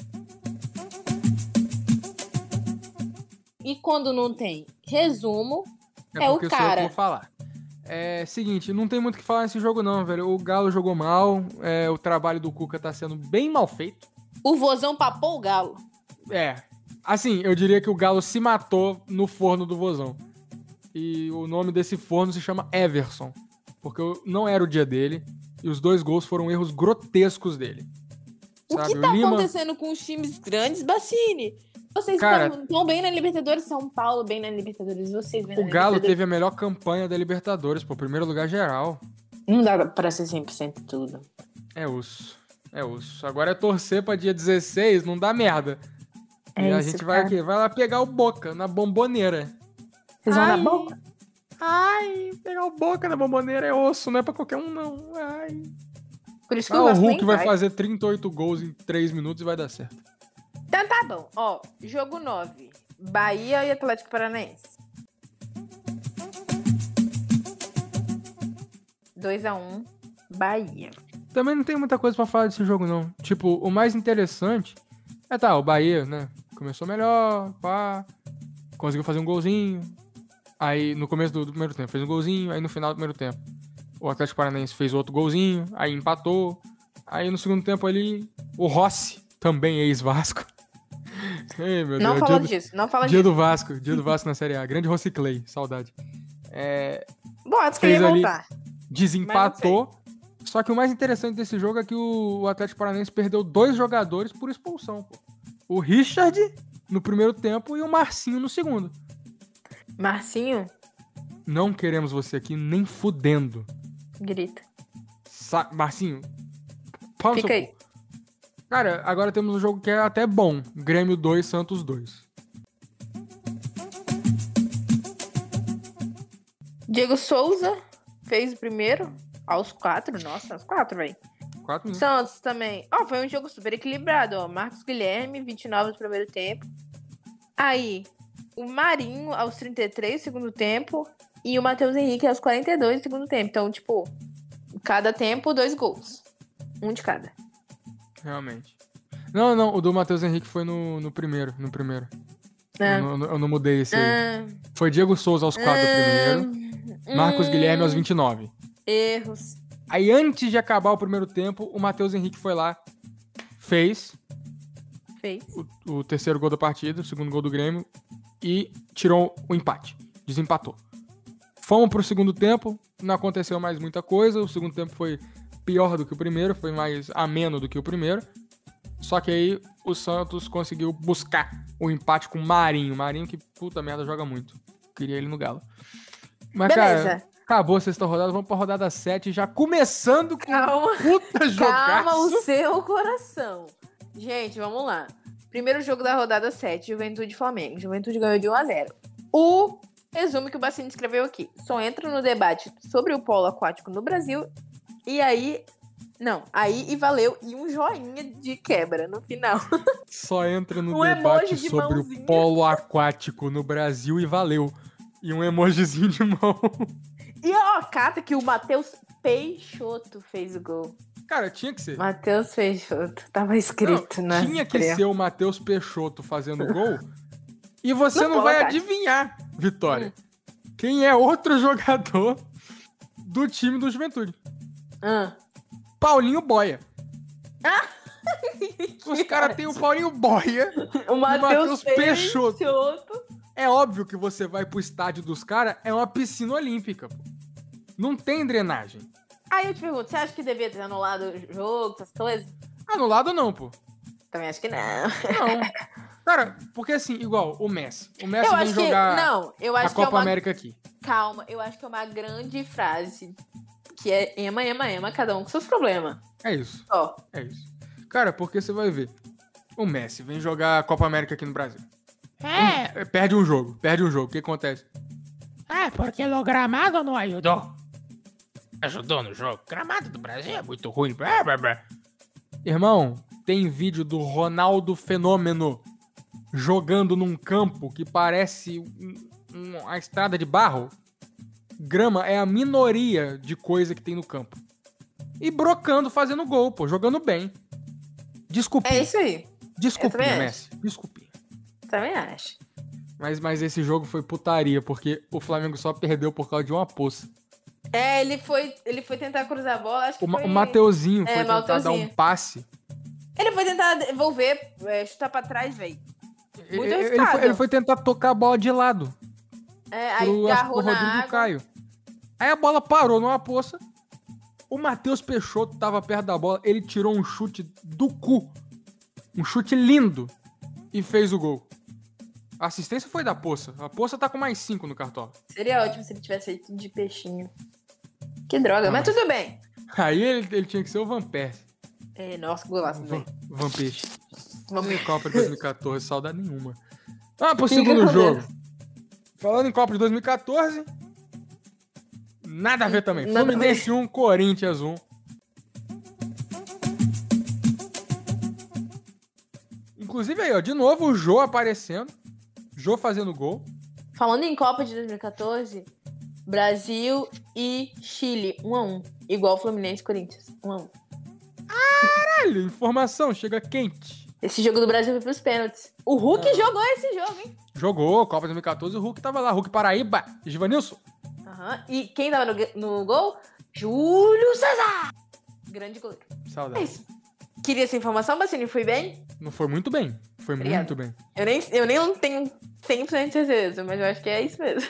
E quando não tem resumo, é o porque sou eu que cara. vou falar. É seguinte, não tem muito o que falar nesse jogo não, velho. O Galo jogou mal, o trabalho do Cuca tá sendo bem mal feito. O Vozão papou o Galo. Assim, eu diria que o Galo se matou no forno do Vozão. E o nome desse forno se chama Everson, porque não era o dia dele, e os 2 gols foram erros grotescos dele. O Sabe, que tá o Lima- acontecendo com os times grandes, Bacini? Vocês Cara- estão bem na Libertadores, São Paulo bem na Libertadores, vocês bem na O Galo Libertadores. teve a melhor campanha da Libertadores, pô, primeiro lugar geral. Não dá pra ser 100% tudo. É osso. Agora é torcer pra dia 16, não dá merda. É e a isso, gente vai cara. aqui, vai lá pegar o Boca na Bomboneira. Vocês vão na Ai. boca? Ai, pegar o Boca na Bomboneira é osso, não é pra qualquer um não. Ai. Por isso que eu O gosto Hulk nem vai vai. fazer 38 gols em 3 minutos e vai dar certo. Então tá bom. Ó, jogo 9. Bahia e Atlético Paranaense. 2-1, Bahia. Também não tem muita coisa pra falar desse jogo, não. Tipo, o mais interessante o Bahia, né? Começou melhor, pá. Conseguiu fazer um golzinho. Aí, no começo do primeiro tempo, fez um golzinho. Aí, no final do primeiro tempo, o Atlético Paranaense fez outro golzinho. Aí, empatou. Aí, no segundo tempo, ali, O Rossi, também ex-Vasco. Ei, meu Não Deus. fala disso, não fala Dia disso. do Vasco na Série A. Grande Rossi Clay, saudade. Boatos que ele Fez ia ali, voltar. desempatou. Só que o mais interessante desse jogo é que o Atlético Paranaense perdeu 2 jogadores por expulsão, pô. O Richard no primeiro tempo e o Marcinho no segundo. Marcinho, Não queremos você aqui nem fudendo. grita. Marcinho, pau no Fica seu aí. cu. Cara, agora temos um jogo que é até bom. Grêmio 2, Santos 2. Diego Souza fez o primeiro aos 4. Nossa, aos 4, velho. 4 minutos. Santos também. Ó, foi um jogo super equilibrado, ó. Marcos Guilherme, 29 no primeiro tempo. Aí, o Marinho aos 33 no segundo tempo. E o Matheus Henrique aos 42 no segundo tempo. Então, tipo, cada tempo, 2 gols. Um de cada. Realmente. Não, o do Matheus Henrique foi no primeiro. Ah. Eu não mudei esse aí. Foi Diego Souza aos 4 do primeiro. Marcos Guilherme aos 29. Erros. Aí, antes de acabar o primeiro tempo, o Matheus Henrique foi lá, fez Fez. o terceiro gol da partida, o segundo gol do Grêmio, e tirou o empate. Desempatou. Fomos pro segundo tempo, não aconteceu mais muita coisa. O segundo tempo foi pior do que o primeiro, foi mais ameno do que o primeiro. Só que aí o Santos conseguiu buscar o empate com o Marinho. Marinho que, puta merda, joga muito. Queria ele no Galo. Mas, Beleza. cara, acabou a sexta rodada, vamos pra rodada 7, já começando com Calma. puta jogaço. Calma o seu coração. Gente, vamos lá. Primeiro jogo da rodada 7, Juventude e Flamengo. Juventude ganhou de 1-0. O resumo que o Bacini escreveu aqui. Só entra no debate sobre o polo aquático no Brasil. E aí... Não, aí e valeu. E um joinha de quebra no final. Só entra no Um debate emoji de sobre mãozinha. o polo aquático no Brasil e valeu. E um emojizinho de mão. E ó, cata que o Matheus Peixoto fez o gol. Cara, tinha que ser. Matheus Peixoto. Tava escrito na Tinha que estreia. ser o Matheus Peixoto fazendo gol. E você No não vai polo aquático. adivinhar, Vitória, quem é outro jogador do time do Juventude. Ah. Paulinho Boia. Os caras têm o Paulinho Boia. O Matheus Matheus Peixoto. Peixoto. É óbvio que você vai pro estádio dos caras, é uma piscina olímpica, pô. Não tem drenagem. Aí eu te pergunto, você acha que devia ter anulado o jogo, essas coisas? Anulado não, pô. Também acho que não. Não. Cara, porque assim, igual o Messi. O Messi Eu vem acho que... jogar Não, eu a acho que é Copa uma... América aqui. Calma, eu acho que é uma grande frase. Que é ema, ema, ema, cada um com seus problemas. É isso. Ó. É isso. Cara, porque você vai ver. O Messi vem jogar a Copa América aqui no Brasil. Perde um jogo. O que acontece? Porque o gramado não ajudou. Ajudou no jogo. Gramado do Brasil é muito ruim. Irmão, tem vídeo do Ronaldo Fenômeno jogando num campo que parece uma estrada de barro. Grama é a minoria de coisa que tem no campo. E brocando, fazendo gol, pô, jogando bem. Desculpinha. É isso aí. Desculpinha, Eu também Messi. Desculpinha. Também acho. Mas esse jogo foi putaria, porque o Flamengo só perdeu por causa de uma poça. É, ele foi tentar cruzar a bola, acho que foi... O Mateuzinho foi É, tentar dar Mateuzinho. um passe. Ele foi tentar devolver, chutar pra trás, velho. Muito Ele arriscado. ele foi tentar tocar a bola de lado. É, aí Acho que agarrou pro na Rodrigo água. Caio. Aí a bola parou numa poça. O Matheus Peixoto tava perto da bola. Ele tirou um chute do cu. Um chute lindo. E fez o gol. A assistência foi da poça. A poça tá com mais 5 no cartola. Seria ótimo se ele tivesse feito de peixinho. Que droga, mas tudo bem. Aí ele tinha que ser o Van Persie. É, nossa, que golaço, velho. Van Peixe. Vamos Copa de 2014, saudade nenhuma. Pro Fica segundo com jogo. Deus. Falando em Copa de 2014, nada a ver também. Nada a ver. Fluminense 1, Corinthians 1. Inclusive aí, ó, de novo o Jô aparecendo. Jô fazendo gol. Falando em Copa de 2014, Brasil e Chile, 1-1. Igual Fluminense e Corinthians, 1-1. Caralho, informação, chega quente. Esse jogo do Brasil foi pros pênaltis. O Hulk jogou esse jogo, hein? Jogou, Copa de 2014, o Hulk tava lá. Hulk Paraíba, Givanilson. Aham. E quem tava no gol? Júlio César! Grande goleiro. É Saudade. isso. Queria essa informação, Bacini? Fui bem? Não foi muito bem. Foi Obrigada. muito bem. Eu nem tenho 100% de certeza, mas eu acho que é isso mesmo.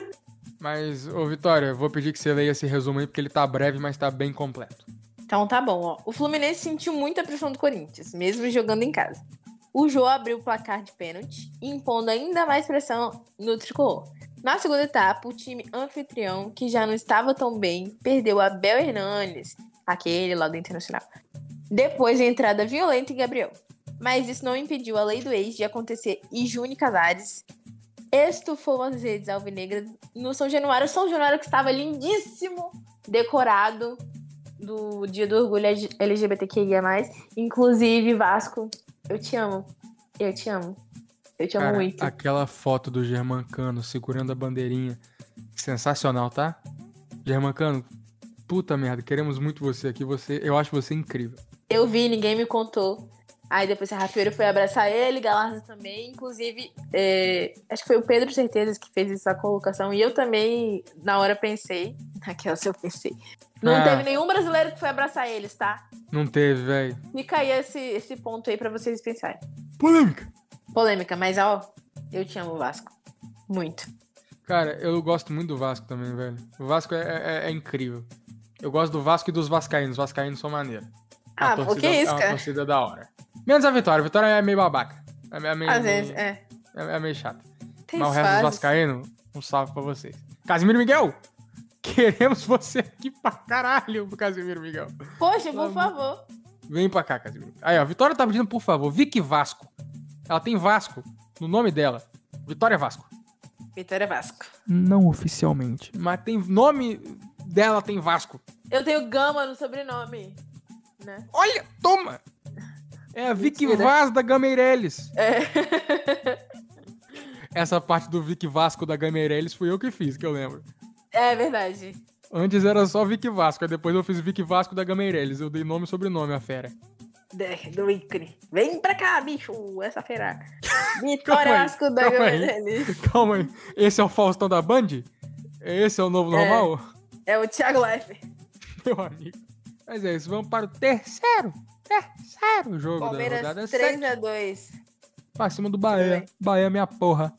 Mas, ô Vitória, eu vou pedir que você leia esse resumo aí, porque ele tá breve, mas tá bem completo. Então tá bom, ó. O Fluminense sentiu muita pressão do Corinthians, mesmo jogando em casa. O Jô abriu o placar de pênalti, impondo ainda mais pressão no tricolor. Na segunda etapa, o time anfitrião, que já não estava tão bem, perdeu Abel Hernandes, aquele lá do Internacional, depois da entrada violenta em Gabriel. Mas isso não impediu a lei do ex de acontecer e Júnior Casares estufou as redes alvinegras no São Januário. O São Januário que estava lindíssimo, decorado do Dia do Orgulho LGBTQIA+. Inclusive, Vasco, eu te amo. Eu te amo. Eu te amo Cara, muito. aquela foto do Germancano segurando a bandeirinha, sensacional, tá? Germancano, puta merda, queremos muito você aqui. Eu acho você incrível. Eu vi, ninguém me contou. Aí depois a Rafaela foi abraçar ele, Galarza também. Inclusive, acho que foi o Pedro Certezas que fez essa colocação. E eu também, na hora, pensei. Naquela se eu pensei. Não teve nenhum brasileiro que foi abraçar eles, tá? Não teve, velho. Fica aí esse ponto aí pra vocês pensarem. Polêmica, mas ó, eu te amo, Vasco. Muito. Cara, eu gosto muito do Vasco também, velho. O Vasco é incrível. Eu gosto do Vasco e dos vascaínos. Os vascaínos são maneiros. O que é isso, cara? É uma torcida da hora. Menos a Vitória. A Vitória é meio babaca. Às vezes, é. É meio chato. Tem Mas o resto dos vascaínos, um salve pra vocês. Casimiro Miguel! Queremos você aqui pra caralho, Casimiro Miguel. Poxa, por favor. Vem pra cá, Casimiro. Aí, ó, a Vitória tá pedindo, por favor, Vicky Vasco. Ela tem Vasco no nome dela. Vitória Vasco. Vitória Vasco. Não oficialmente, mas tem nome dela, tem Vasco. Eu tenho Gama no sobrenome, né? Olha, toma! É a Vicky Vaz da Gameireles. Essa parte do Vicky Vasco da Gameireles fui eu que fiz, que eu lembro. É verdade. Antes era só Vicky Vasco, aí depois eu fiz Vicky Vasco da Gameireles. Eu dei nome e sobrenome à fera. Do ícone. Vem pra cá, bicho, essa fera. Vitória Vasco da Gameireles. Calma aí. Esse é o Faustão da Band? Esse é o novo normal? É o Thiago Life. Meu amigo. Mas é isso, vamos para o terceiro jogo Palmeiras da rodada. 3-2. Pra cima do Bahia. Bahia, minha porra.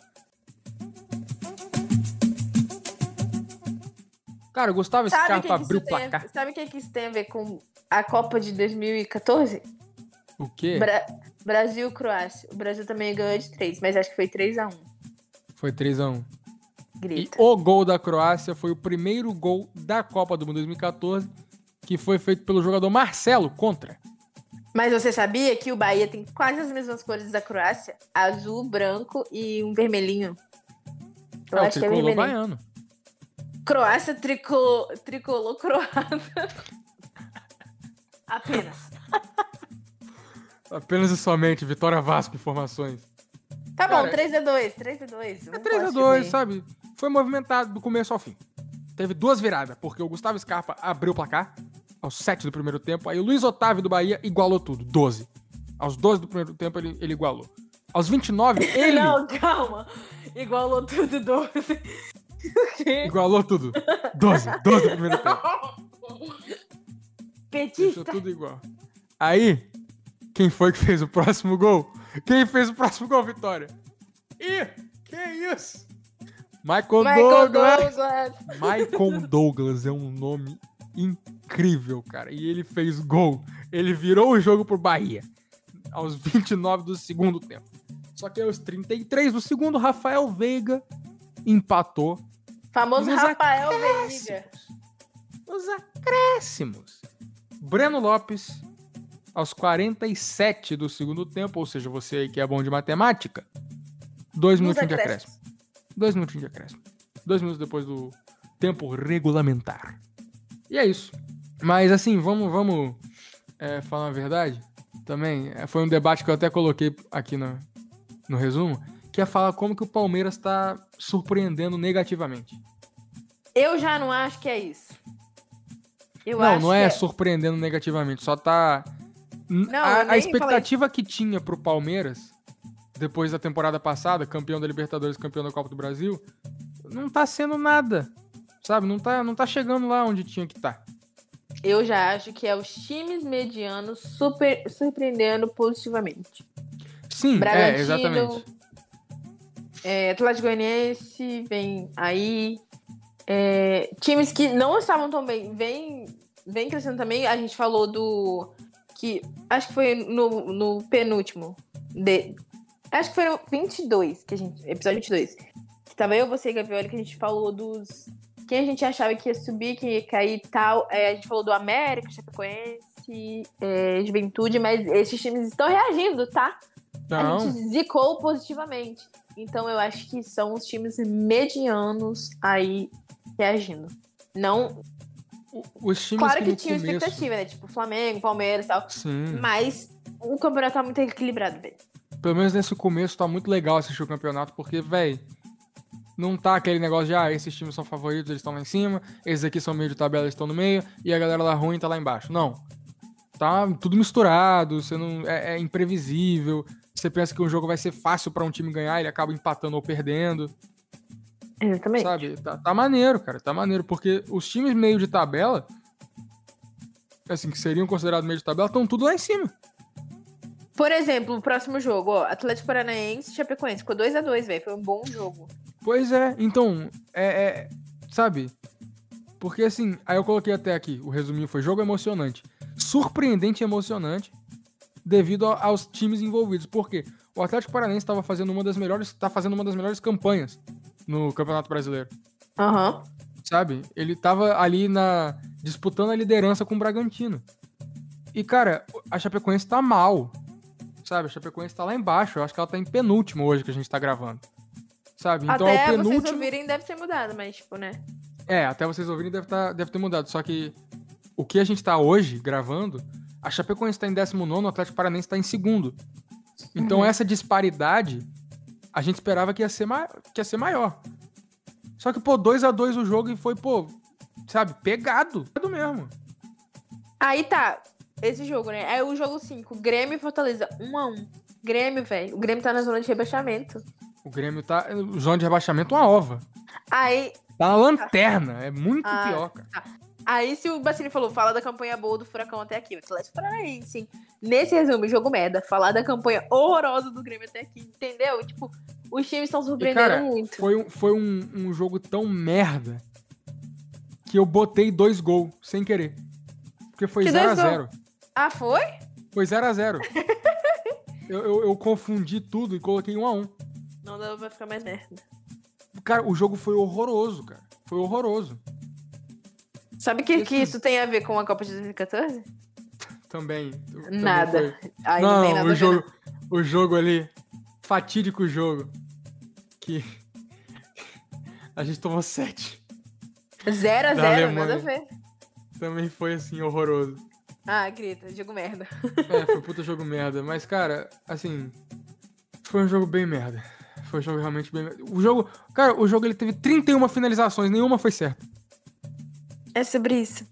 Cara, o Gustavo Scarpa abriu o placar. Sabe o que isso tem a ver com a Copa de 2014? O quê? Brasil-Croácia. O Brasil também ganhou de 3, mas acho que foi 3-1. Foi 3-1. Grita. E o gol da Croácia foi o primeiro gol da Copa do Mundo 2014, que foi feito pelo jogador Marcelo contra. Mas você sabia que o Bahia tem quase as mesmas cores da Croácia? Azul, branco e um vermelhinho. Eu acho que é vermelhinho. Baiano. Croácia tricolor croata. Apenas e somente, Vitória Vasco, informações. Tá bom, 3-2. 3-2. É 3-2, sabe? Foi movimentado do começo ao fim. Teve duas viradas, porque o Gustavo Scarpa abriu o placar aos 7 do primeiro tempo, aí o Luiz Otávio do Bahia igualou tudo, 12. Aos 12 do primeiro tempo ele igualou. Aos 29, ele... Não, calma. Igualou tudo, 12. Igualou tudo. 12 do primeiro tempo. Petista. Deixou tudo igual. Aí, quem foi que fez o próximo gol? Quem fez o próximo gol, Vitória? Ih, que isso? Michael Douglas. Michael Douglas é um nome incrível, cara. E ele fez gol. Ele virou o jogo pro Bahia. Aos 29 do segundo tempo. Só que aos 33 do segundo, Rafael Veiga empatou. Famoso Rafael Veiga. Os acréscimos. Breno Lopes, aos 47 do segundo tempo, ou seja, você aí que é bom de matemática, 2 minutinhos de acréscimo. 2 minutinhos de acréscimo. 2 minutos depois do tempo regulamentar. E é isso. Mas assim, vamos falar a verdade. Também foi um debate que eu até coloquei aqui no resumo, que é falar como que o Palmeiras está surpreendendo negativamente. Eu já não acho que é isso. Não é surpreendendo negativamente, só tá... A expectativa que tinha pro Palmeiras, depois da temporada passada, campeão da Libertadores, campeão da Copa do Brasil, não tá sendo nada, sabe? Não tá chegando lá onde tinha que estar. Eu já acho que é os times medianos surpreendendo positivamente. Sim, exatamente. Atlético Goianiense vem aí. Times que não estavam tão bem, vem crescendo também. A gente falou acho que foi no penúltimo. Acho que foi no 22, episódio 22. Que tava eu, você e Gavioli, que a gente falou dos... Quem a gente achava que ia subir, que ia cair e tal. A gente falou do América, Chapecoense, Juventude, mas esses times estão reagindo, tá? Não. A gente zicou positivamente. Então eu acho que são os times medianos aí reagindo. Não... Os times Claro que no tinha começo... expectativa, né? Tipo, Flamengo, Palmeiras e tal. Sim. Mas o campeonato tá muito equilibrado, velho. Pelo menos nesse começo tá muito legal assistir o campeonato, porque, velho, não tá aquele negócio de, esses times são favoritos, eles estão lá em cima, esses aqui são meio de tabela, eles estão no meio, e a galera lá ruim tá lá embaixo. Não. Tá tudo misturado, você não, é imprevisível, você pensa que um jogo vai ser fácil pra um time ganhar, ele acaba empatando ou perdendo. Exatamente. Sabe? Tá maneiro, cara, tá maneiro, porque os times meio de tabela, assim, que seriam considerados meio de tabela, estão tudo lá em cima. Por exemplo, o próximo jogo, Atlético Paranaense e Chapecoense. Ficou 2-2, velho. Foi um bom jogo. Pois é, então, sabe? Porque assim, aí eu coloquei até aqui, o resuminho foi jogo emocionante. Surpreendente e emocionante devido aos times envolvidos. Porque o Atlético Paranaense tá fazendo uma das melhores campanhas no Campeonato Brasileiro. Aham. Sabe? Ele tava ali disputando a liderança com o Bragantino. E, cara, a Chapecoense tá mal. Sabe? A Chapecoense tá lá embaixo. Eu acho que ela tá em penúltimo hoje que a gente tá gravando. Sabe? Então até é o penúltimo... vocês ouvirem deve ter mudado, mas tipo, né? Até vocês ouvirem deve ter mudado. Só que o que a gente tá hoje gravando, a Chapecoense tá em 19º, o Atlético Paranaense tá em 2º. Então essa disparidade, a gente esperava que ia ser maior. Só que, 2-2 o jogo e foi, sabe, pegado. Pegado mesmo. Aí tá, esse jogo, né? Aí o jogo 5, Grêmio e Fortaleza, 1-1. Grêmio, velho. O Grêmio tá na zona de rebaixamento. O Grêmio tá... Zona de rebaixamento, uma ova. Aí... Tá na lanterna. É muito pior, cara. Tá. Aí se o Bacini falou, fala da campanha boa do Furacão até aqui. O Atlético Paranaense, hein? Nesse resumo, jogo merda. Falar da campanha horrorosa do Grêmio até aqui, entendeu? Tipo, os times estão surpreendendo cara, muito. Foi um jogo tão merda que eu botei 2 gols sem querer. Porque foi 0-0. Ah, foi? Foi 0-0. eu confundi tudo e coloquei 1-1. Não dava pra ficar mais merda. Cara, o jogo foi horroroso, cara. Foi horroroso. Sabe que isso tem a ver com a Copa de 2014? Também. Nada. Aí não tem nada a ver. O jogo ali, fatídico jogo, que a gente tomou 7. 0-0, nada a ver. Também foi, assim, horroroso. Ah, grita, jogo merda. Foi puta jogo merda. Mas, cara, assim, foi um jogo bem merda. Foi um jogo realmente bem merda. O jogo ele teve 31 finalizações, nenhuma foi certa. É sobre isso.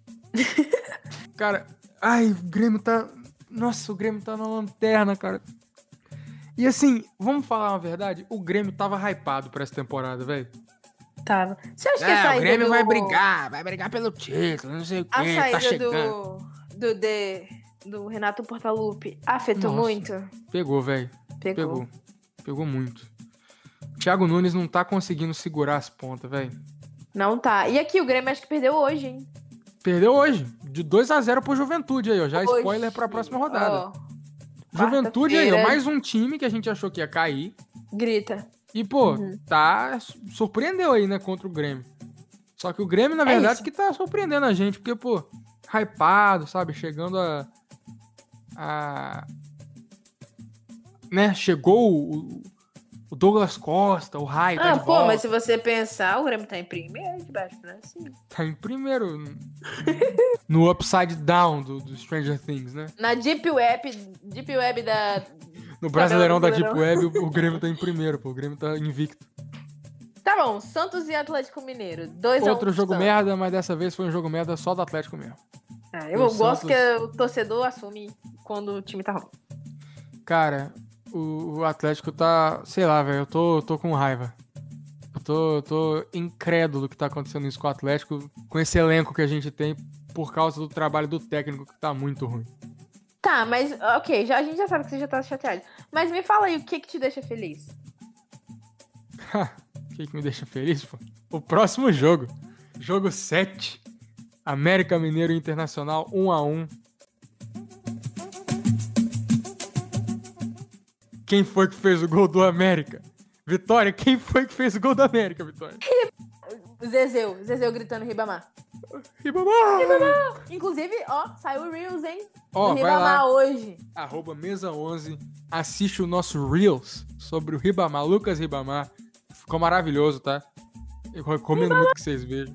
Cara, o Grêmio tá... Nossa, o Grêmio tá na lanterna, cara. E assim, vamos falar uma verdade? O Grêmio tava hypado pra essa temporada, velho. Tava. Você acha que a saída o Grêmio vai brigar pelo título, não sei o quê, a saída tá chegando. do Renato Portaluppi afetou muito? Pegou, velho. Pegou muito. O Thiago Nunes não tá conseguindo segurar as pontas, velho. Não tá. E aqui, o Grêmio acho que perdeu hoje, hein? Perdeu hoje. De 2-0 pro Juventude aí, ó. Já hoje, spoiler pra próxima rodada. Juventude aí, ó. Mais um time que a gente achou que ia cair. Grita. E, surpreendeu aí, né, contra o Grêmio. Só que o Grêmio, na verdade, que tá surpreendendo a gente. Porque, hypado, sabe? Chegando né, chegou o Douglas Costa, o Rai tá de volta. Mas se você pensar, o Grêmio tá em primeiro de baixo, né? Sim. Tá em primeiro no Upside Down do Stranger Things, né? Na Deep Web da... No Brasileirão da Deep Web, o Grêmio tá em primeiro, O Grêmio tá invicto. Tá bom, Santos e Atlético Mineiro. 2-1. Outro jogo merda, mas dessa vez foi um jogo merda só do Atlético mesmo. Eu gosto que o torcedor assume quando o time tá ruim. Cara... O Atlético tá... Sei lá, velho. Eu tô com raiva. Eu tô incrédulo que tá acontecendo isso com o Atlético. Com esse elenco que a gente tem. por causa do trabalho do técnico que tá muito ruim. Tá, mas ok, a gente já sabe que você já tá chateado. Mas me fala aí, o que te deixa feliz? O que me deixa feliz, pô? O próximo jogo. Jogo 7. América Mineiro Internacional 1-1. Quem foi que fez o gol do América? Vitória, quem foi que fez o gol do América, Vitória? Zezeu gritando Ribamar. Ribamar! Inclusive, ó, saiu o Reels, hein? Ó, do vai Ribamar lá. hoje. @mesa11. Assiste o nosso Reels sobre o Ribamar, Lucas Ribamar. Ficou maravilhoso, tá? Eu recomendo muito que vocês vejam.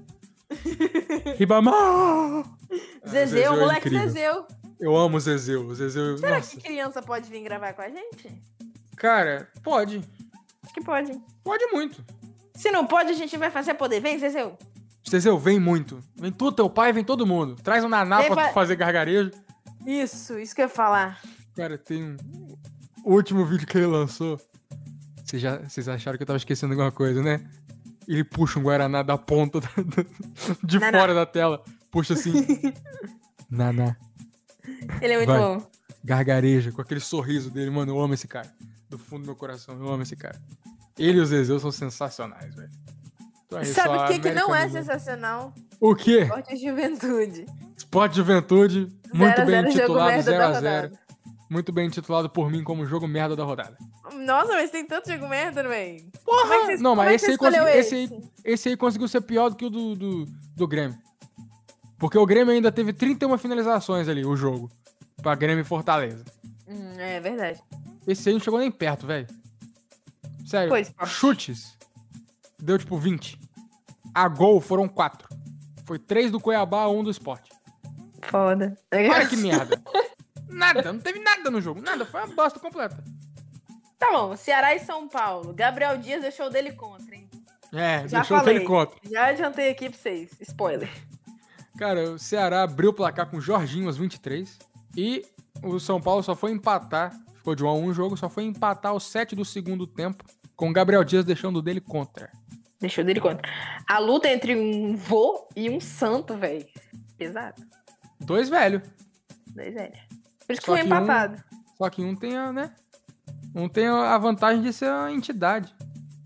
Ribamar! Zezeu, é moleque incrível. Zezeu. Eu amo o Zezeu. O Zezeu, Será nossa. que criança pode vir gravar com a gente? Cara, pode. Acho que pode. Pode muito. Se não pode, a gente vai fazer poder. Vem, Zezeu. Zezeu, vem muito. Vem tu, teu pai, vem todo mundo. Traz um Naná Vem pra tu fazer gargarejo. Isso que eu ia falar. Cara, tem um... O último vídeo que ele lançou. Vocês acharam que eu tava esquecendo alguma coisa, né? Ele puxa um Guaraná da ponta de Naná. fora da tela. Puxa assim. Naná. Ele é muito Vai. bom. Gargareja, com aquele sorriso dele. Mano, eu amo esse cara. Do fundo do meu coração, eu amo esse cara. Ele e o Zezeu são sensacionais, velho. Então é isso, Sabe ó, o que não é América Mineiro. sensacional? O quê? Esporte e Juventude. Sport Juventude, muito 0 a 0, bem jogo intitulado merda da 0x0. rodada. Muito bem intitulado por mim como jogo merda da rodada. Nossa, mas tem tanto jogo merda, velho. Porra! Não, mas esse aí, escolheu esse aí conseguiu ser pior do que o do Grêmio. Porque o Grêmio ainda teve 31 finalizações ali, o jogo. Pra Grêmio e Fortaleza. É verdade. Esse aí não chegou nem perto, velho. Sério, Pois, pô. chutes. Deu tipo 20. A gol foram 4. Foi 3 do Cuiabá, 1 do Sport. Foda. Olha que merda. Nada, não teve nada no jogo. Nada, foi uma bosta completa. Tá bom, Ceará e São Paulo. Gabriel Dias deixou o dele contra, hein? É, Já deixou falei. aquele contra. Já adiantei aqui pra vocês. Spoiler. Cara, o Ceará abriu o placar com o Jorginho aos 23. E o São Paulo só foi empatar. Ficou de 1-1 o jogo, só foi empatar aos 7 do segundo tempo. Com o Gabriel Dias deixando o dele contra. Deixou dele contra. A luta entre um vô e um santo, velho. Pesado. 2 velho. 2 velho. Por isso que Só foi que empatado. Só que um tem a, né? Um tem a vantagem de ser uma entidade.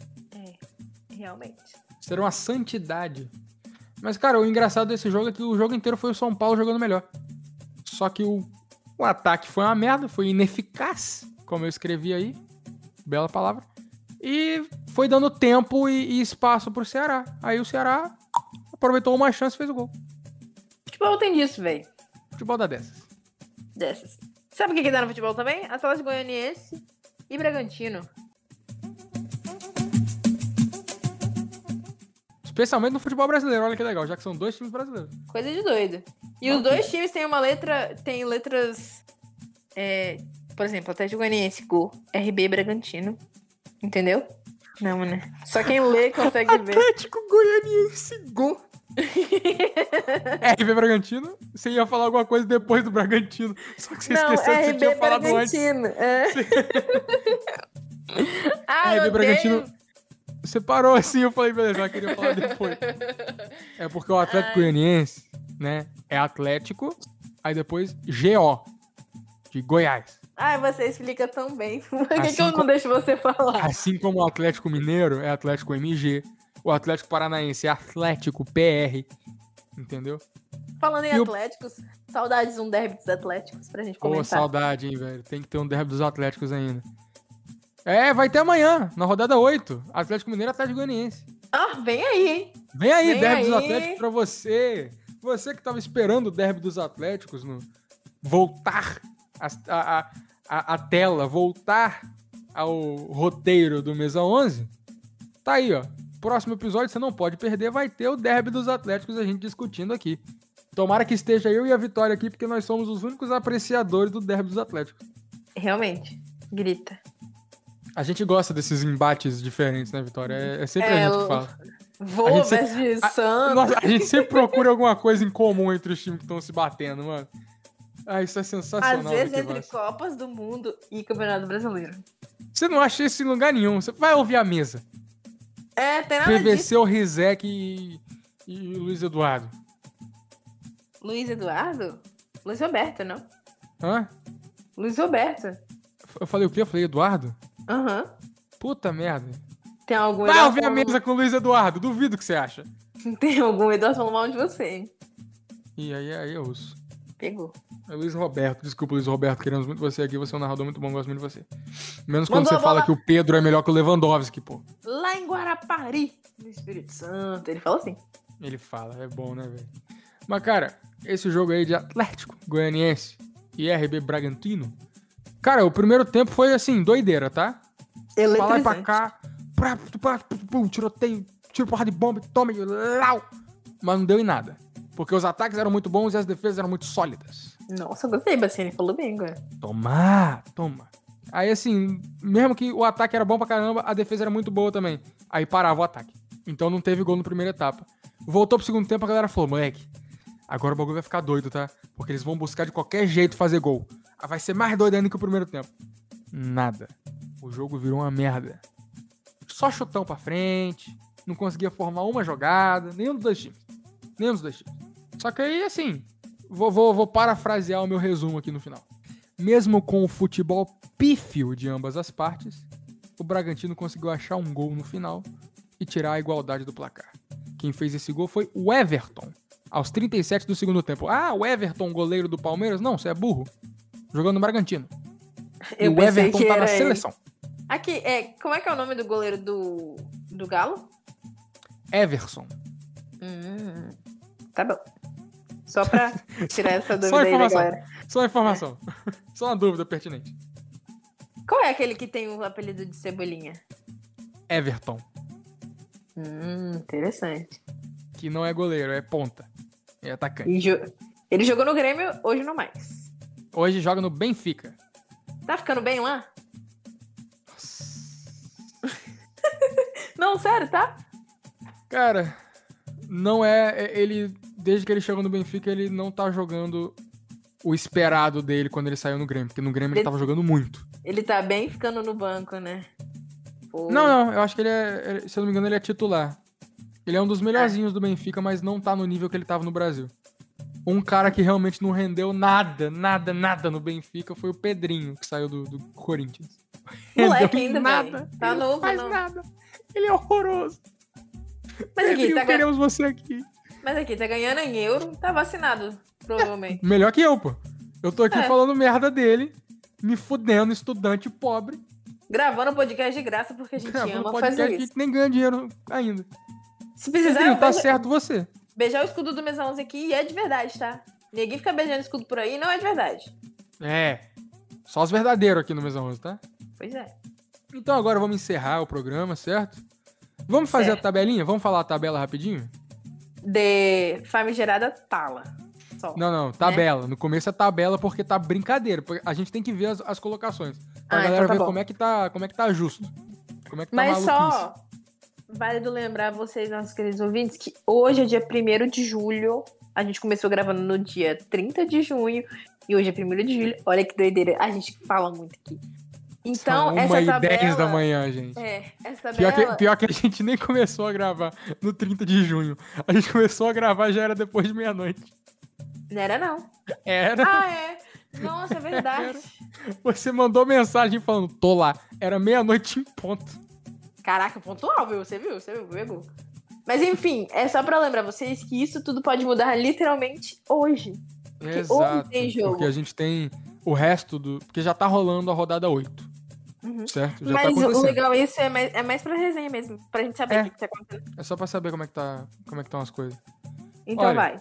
Realmente. Ser uma santidade. Mas, cara, o engraçado desse jogo é que o jogo inteiro foi o São Paulo jogando melhor. Só que o ataque foi uma merda, foi ineficaz, como eu escrevi aí. Bela palavra. E foi dando tempo e espaço pro Ceará. Aí o Ceará aproveitou uma chance e fez o gol. Futebol tem disso, velho. Futebol dá dessas. Dessas. Sabe o que dá no futebol também? Atlético Goianiense e Bragantino. Especialmente no futebol brasileiro, olha que legal, já que são 2 times brasileiros. Coisa de doido. E os dois times têm uma letra. Tem letras. Por exemplo, Atlético Goianiense, Go. RB Bragantino. Entendeu? Não, né? Só quem lê consegue ver. Atlético Goianiense Go. RB Bragantino? Você ia falar alguma coisa depois do Bragantino. Só que você Não, esqueceu que você RB tinha falado antes. Bragantino. Ai, RB eu Bragantino. odeio. Você parou assim, eu falei, beleza, eu queria falar depois. É porque o Atlético Goianiense, né, é Atlético, aí depois GO, de Goiás. Ai, você explica tão bem. Por que, Assim que eu não como- deixo você falar? Assim como o Atlético Mineiro é Atlético MG, o Atlético Paranaense é Atlético PR, entendeu? Falando em E o- Atléticos, saudades de um derby dos Atléticos pra gente Pô, comentar. saudade, hein, velho. Tem que ter um derby dos Atléticos ainda. Vai ter amanhã, na rodada 8. Atlético Mineiro e Atlético Goianiense. Ah, vem aí, hein? Vem aí, Vem derby dos aí. Atléticos pra você. Você que tava esperando o derby dos Atléticos voltar a tela, voltar ao roteiro do Mesa 11. Tá aí, ó. Próximo episódio você não pode perder, vai ter o derby dos Atléticos a gente discutindo aqui. Tomara que esteja eu e a Vitória aqui, porque nós somos os únicos apreciadores do derby dos Atléticos. Realmente. Grita. A gente gosta desses embates diferentes, né, Vitória? É sempre a gente que fala. Vô A gente sempre- versus Santos. Nossa, a gente sempre procura alguma coisa em comum entre os times que estão se batendo, mano. Ah, isso é sensacional. Às vezes Vicky entre Vasco. Copas do Mundo e Campeonato Brasileiro. Você não acha isso em lugar nenhum. Você vai ouvir a mesa. Tem nada disso. PVC, o Rizek e o Luiz Eduardo. Luiz Eduardo? Luiz Roberto, não? Hã? Luiz Roberto. Eu falei o quê? Eu falei Eduardo? Aham. Puta merda. Tem algum Vai Eduardo ouvir a falando... mesa com o Luiz Eduardo. Duvido que você acha. Tem algum Eduardo falando mal de você, hein? E aí eu uso. Pegou. É Luiz Roberto. Desculpa, Luiz Roberto. Queremos muito você aqui. Você é um narrador muito bom. Gosto muito de você. Menos quando Mandou você a fala bola. que o Pedro é melhor que o Lewandowski, pô. Lá em Guarapari, no Espírito Santo. Ele falou assim. Ele fala. É bom, né, velho? Mas, cara, esse jogo aí de Atlético Goianiense e RB Bragantino. Cara, o primeiro tempo foi assim, doideira, tá? Pra lá e pra cá. Tiroteio, tiro porra de bomba, toma e lau. Mas não deu em nada. Porque os ataques eram muito bons e as defesas eram muito sólidas. Nossa, gostei, Baciane. Falou bem agora. Toma. Aí, assim, mesmo que o ataque era bom pra caramba, a defesa era muito boa também. Aí parava o ataque. Então não teve gol na primeira etapa. Voltou pro segundo tempo, a galera falou, moleque, agora o bagulho vai ficar doido, tá? Porque eles vão buscar de qualquer jeito fazer gol. Vai ser mais doido ainda que o primeiro tempo. Nada. O jogo virou uma merda. Só chutão pra frente. Não conseguia formar uma jogada. Nenhum dos dois times. Só que aí, assim, vou parafrasear o meu resumo aqui no final. Mesmo com o futebol pífio de ambas as partes, o Bragantino conseguiu achar um gol no final e tirar a igualdade do placar. Quem fez esse gol foi o Everton, aos 37 do segundo tempo. Ah, o Everton, goleiro do Palmeiras? Não, você é burro. Jogando no Bragantino. E o Everton tá na seleção. Aqui, como é que é o nome do goleiro do Galo? Everson. Tá bom. Só pra tirar essa dúvida aí da galera. Só informação. Só uma dúvida pertinente. Qual é aquele que tem o apelido de Cebolinha? Everton. Interessante. Que não é goleiro, é ponta. É atacante. Ele jogou no Grêmio, hoje não mais. Hoje joga no Benfica. Tá ficando bem lá? Não, sério, tá? Cara, não ele, desde que ele chegou no Benfica, ele não tá jogando o esperado dele quando ele saiu no Grêmio. Porque no Grêmio ele tava jogando muito. Ele tá bem ficando no banco, né? Pô. Não, eu acho que se eu não me engano, ele é titular. Ele é um dos melhorzinhos do Benfica, mas não tá no nível que ele tava no Brasil. Um cara que realmente não rendeu nada no Benfica foi o Pedrinho, que saiu do Corinthians. Moleque ainda, nada. Bem. Tá novo, faz não. nada. Ele é horroroso. Mas aqui, queremos você aqui. Mas aqui, tá ganhando em euro, tá vacinado, provavelmente. Melhor que eu, pô. Eu tô aqui falando merda dele, me fudendo, estudante pobre. Gravando podcast de graça porque a gente ama fazer isso. A gente nem ganha dinheiro ainda. Se precisar, Pedrinho, tá certo você. Beijar o escudo do Mesa 11 aqui é de verdade, tá? Ninguém fica beijando escudo por aí, não é de verdade. Só os verdadeiros aqui no Mesa 11, tá? Pois é. Então agora vamos encerrar o programa, certo? Vamos fazer a tabelinha? Vamos falar a tabela rapidinho? De famigerada tala. Só, não, tabela. Né? No começo é tabela porque tá brincadeira. A gente tem que ver as colocações. Pra galera então tá ver bom. como é que tá justo. Como é que tá Mas maluquice. só, válido lembrar vocês, nossos queridos ouvintes, que hoje é dia 1º de julho. A gente começou gravando no dia 30 de junho. E hoje é 1º de julho. Olha que doideira. A gente fala muito aqui. Então, São essa tabela... 1h10 da manhã, gente. Essa tabela... Pior que a gente nem começou a gravar no 30 de junho. A gente começou a gravar já era depois de meia-noite. Não era, não. Era. Ah, é? Nossa, é verdade. Você mandou mensagem falando, tô lá. Era meia-noite em ponto. Caraca, pontual, viu? Você viu? Pegou. Mas enfim, é só pra lembrar vocês que isso tudo pode mudar literalmente hoje. Porque Exato. hoje tem jogo. Porque a gente tem o resto do... Porque já tá rolando a rodada 8. Certo? Já Mas tá acontecendo. o legal é isso, é mais pra resenha mesmo. Pra gente saber o que tá acontecendo. É só pra saber como é que estão as coisas. Então Olha, vai.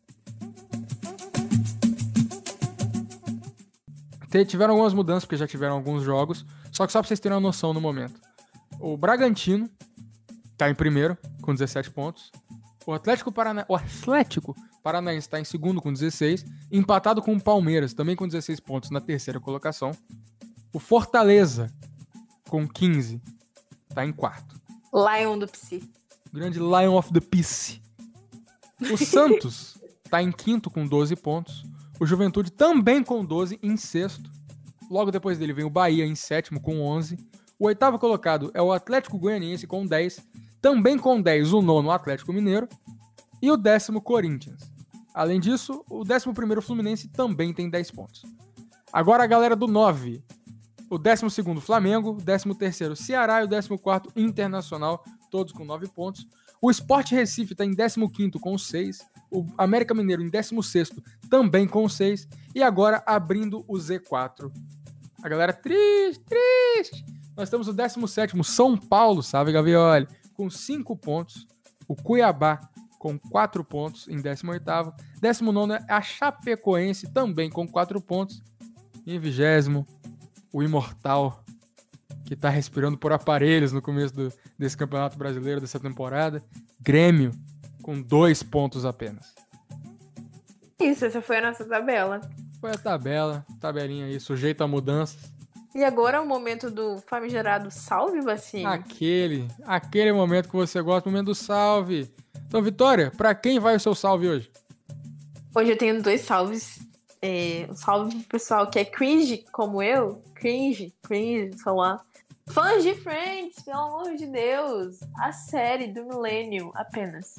Tiveram algumas mudanças, porque já tiveram alguns jogos. Só que só pra vocês terem uma noção no momento. O Bragantino tá em primeiro, com 17 pontos. O Atlético Paranaense tá em segundo, com 16. Empatado com o Palmeiras, também com 16 pontos, na terceira colocação. O Fortaleza, com 15, tá em quarto. Lion do Psi. Grande Lion of the Peace. O Santos tá em quinto, com 12 pontos. O Juventude também com 12, em sexto. Logo depois dele vem o Bahia em sétimo, com 11. O oitavo colocado é o Atlético Goianiense, com 10. Também com 10, o nono, o Atlético Mineiro. E o 10º, Corinthians. Além disso, o 11º Fluminense também tem 10 pontos. Agora a galera do 9. O 12º Flamengo, o 13º Ceará e o 14º Internacional, todos com 9 pontos. O Sport Recife está em 15º com 6. O América Mineiro em 16º também com 6. E agora abrindo o Z4. A galera triste. Nós temos o 17º São Paulo, salve Gavioli, com 5 pontos. O Cuiabá com 4 pontos em 18º. 19º é a Chapecoense também com 4 pontos. E em 20º, o Imortal, que tá respirando por aparelhos no começo desse Campeonato Brasileiro, dessa temporada. Grêmio, com 2 pontos apenas. Isso, essa foi a nossa tabela. Foi a tabelinha aí, sujeita a mudanças. E agora é o momento do famigerado salve, Bacinho. Aquele momento que você gosta, o momento do salve. Então, Vitória, pra quem vai o seu salve hoje? Hoje eu tenho 2 salves. Um salve pro pessoal que é cringe, como eu. Cringe, sei lá. Fãs de Friends, pelo amor de Deus. A série do milênio, apenas.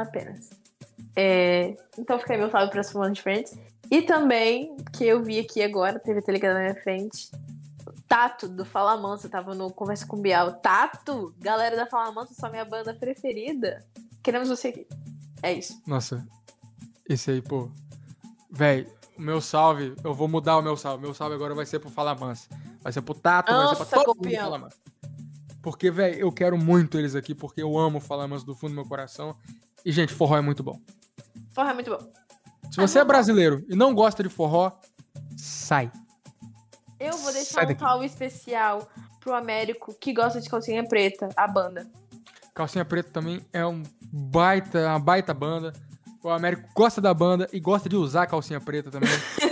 Então fica aí meu salve para os fãs de Friends. E também, que eu vi aqui agora, TV tá ligada na minha frente, Tato, do Fala Mansa, tava no Conversa com o Bial. Tato, galera da Fala Mansa, só minha banda preferida. Queremos você aqui. É isso. Nossa, esse aí, pô. Véi, o meu salve, eu vou mudar o meu salve. Meu salve agora vai ser pro Fala Mansa. Vai ser pro Tato, vai ser pra todo mundo Fala Mansa. Porque, véi, eu quero muito eles aqui, porque eu amo o Fala Mansa do fundo do meu coração. E, gente, forró é muito bom. Forró é muito bom. Se você é brasileiro e não gosta de forró, sai. Eu vou deixar um salve especial pro Américo, que gosta de Calcinha Preta, a banda. Calcinha Preta também é uma baita banda. O Américo gosta da banda e gosta de usar calcinha preta também.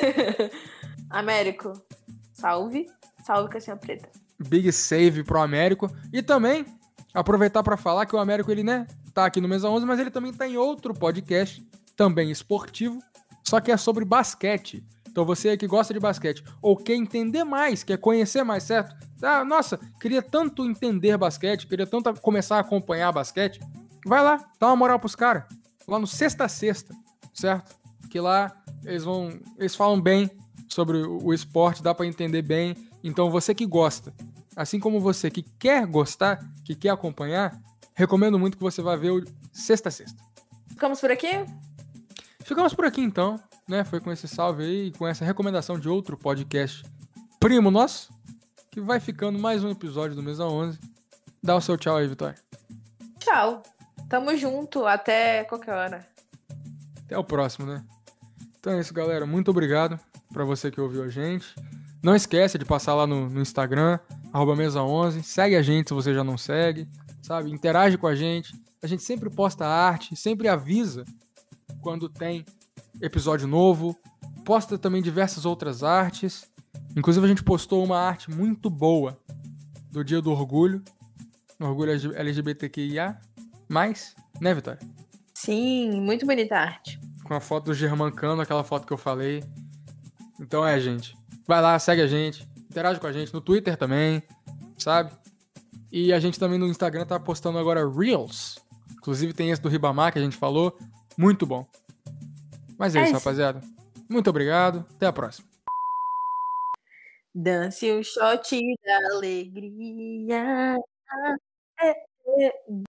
Américo, salve Calcinha Preta. Big save pro Américo. E também, aproveitar para falar que o Américo, ele, né, tá aqui no Mesa 11, mas ele também tá em outro podcast, também esportivo, só que é sobre basquete. Então você que gosta de basquete ou quer entender mais, quer conhecer mais, certo? Ah, nossa, queria tanto entender basquete, queria tanto começar a acompanhar basquete. Vai lá, dá uma moral pros caras. Lá no Sexta Sexta, certo? Que lá eles falam bem sobre o esporte, dá pra entender bem. Então você que gosta, assim como você que quer gostar, que quer acompanhar, recomendo muito que você vá ver o Sexta Sexta. Ficamos por aqui? Ficamos por aqui então, né? Foi com esse salve aí, com essa recomendação de outro podcast primo nosso, que vai ficando mais um episódio do Mesa 11. Dá o seu tchau aí, Vitória. Tchau. Tamo junto, até qualquer hora. Até o próximo, né? Então é isso, galera. Muito obrigado pra você que ouviu a gente. Não esquece de passar lá no Instagram, @mesa11. Segue a gente se você já não segue, sabe? Interage com a gente. A gente sempre posta arte, sempre avisa quando tem episódio novo. Posta também diversas outras artes. Inclusive a gente postou uma arte muito boa do Dia do Orgulho. No Orgulho LGBTQIA+, né, Vitória? Sim, muito bonita a arte. Com a foto do Germancano, aquela foto que eu falei. Então gente. Vai lá, segue a gente, interage com a gente no Twitter também, sabe? E a gente também no Instagram tá postando agora Reels. Inclusive tem esse do Ribamar que a gente falou. Muito bom. Mas é isso, rapaziada. Muito obrigado. Até a próxima. Dance o shot da alegria.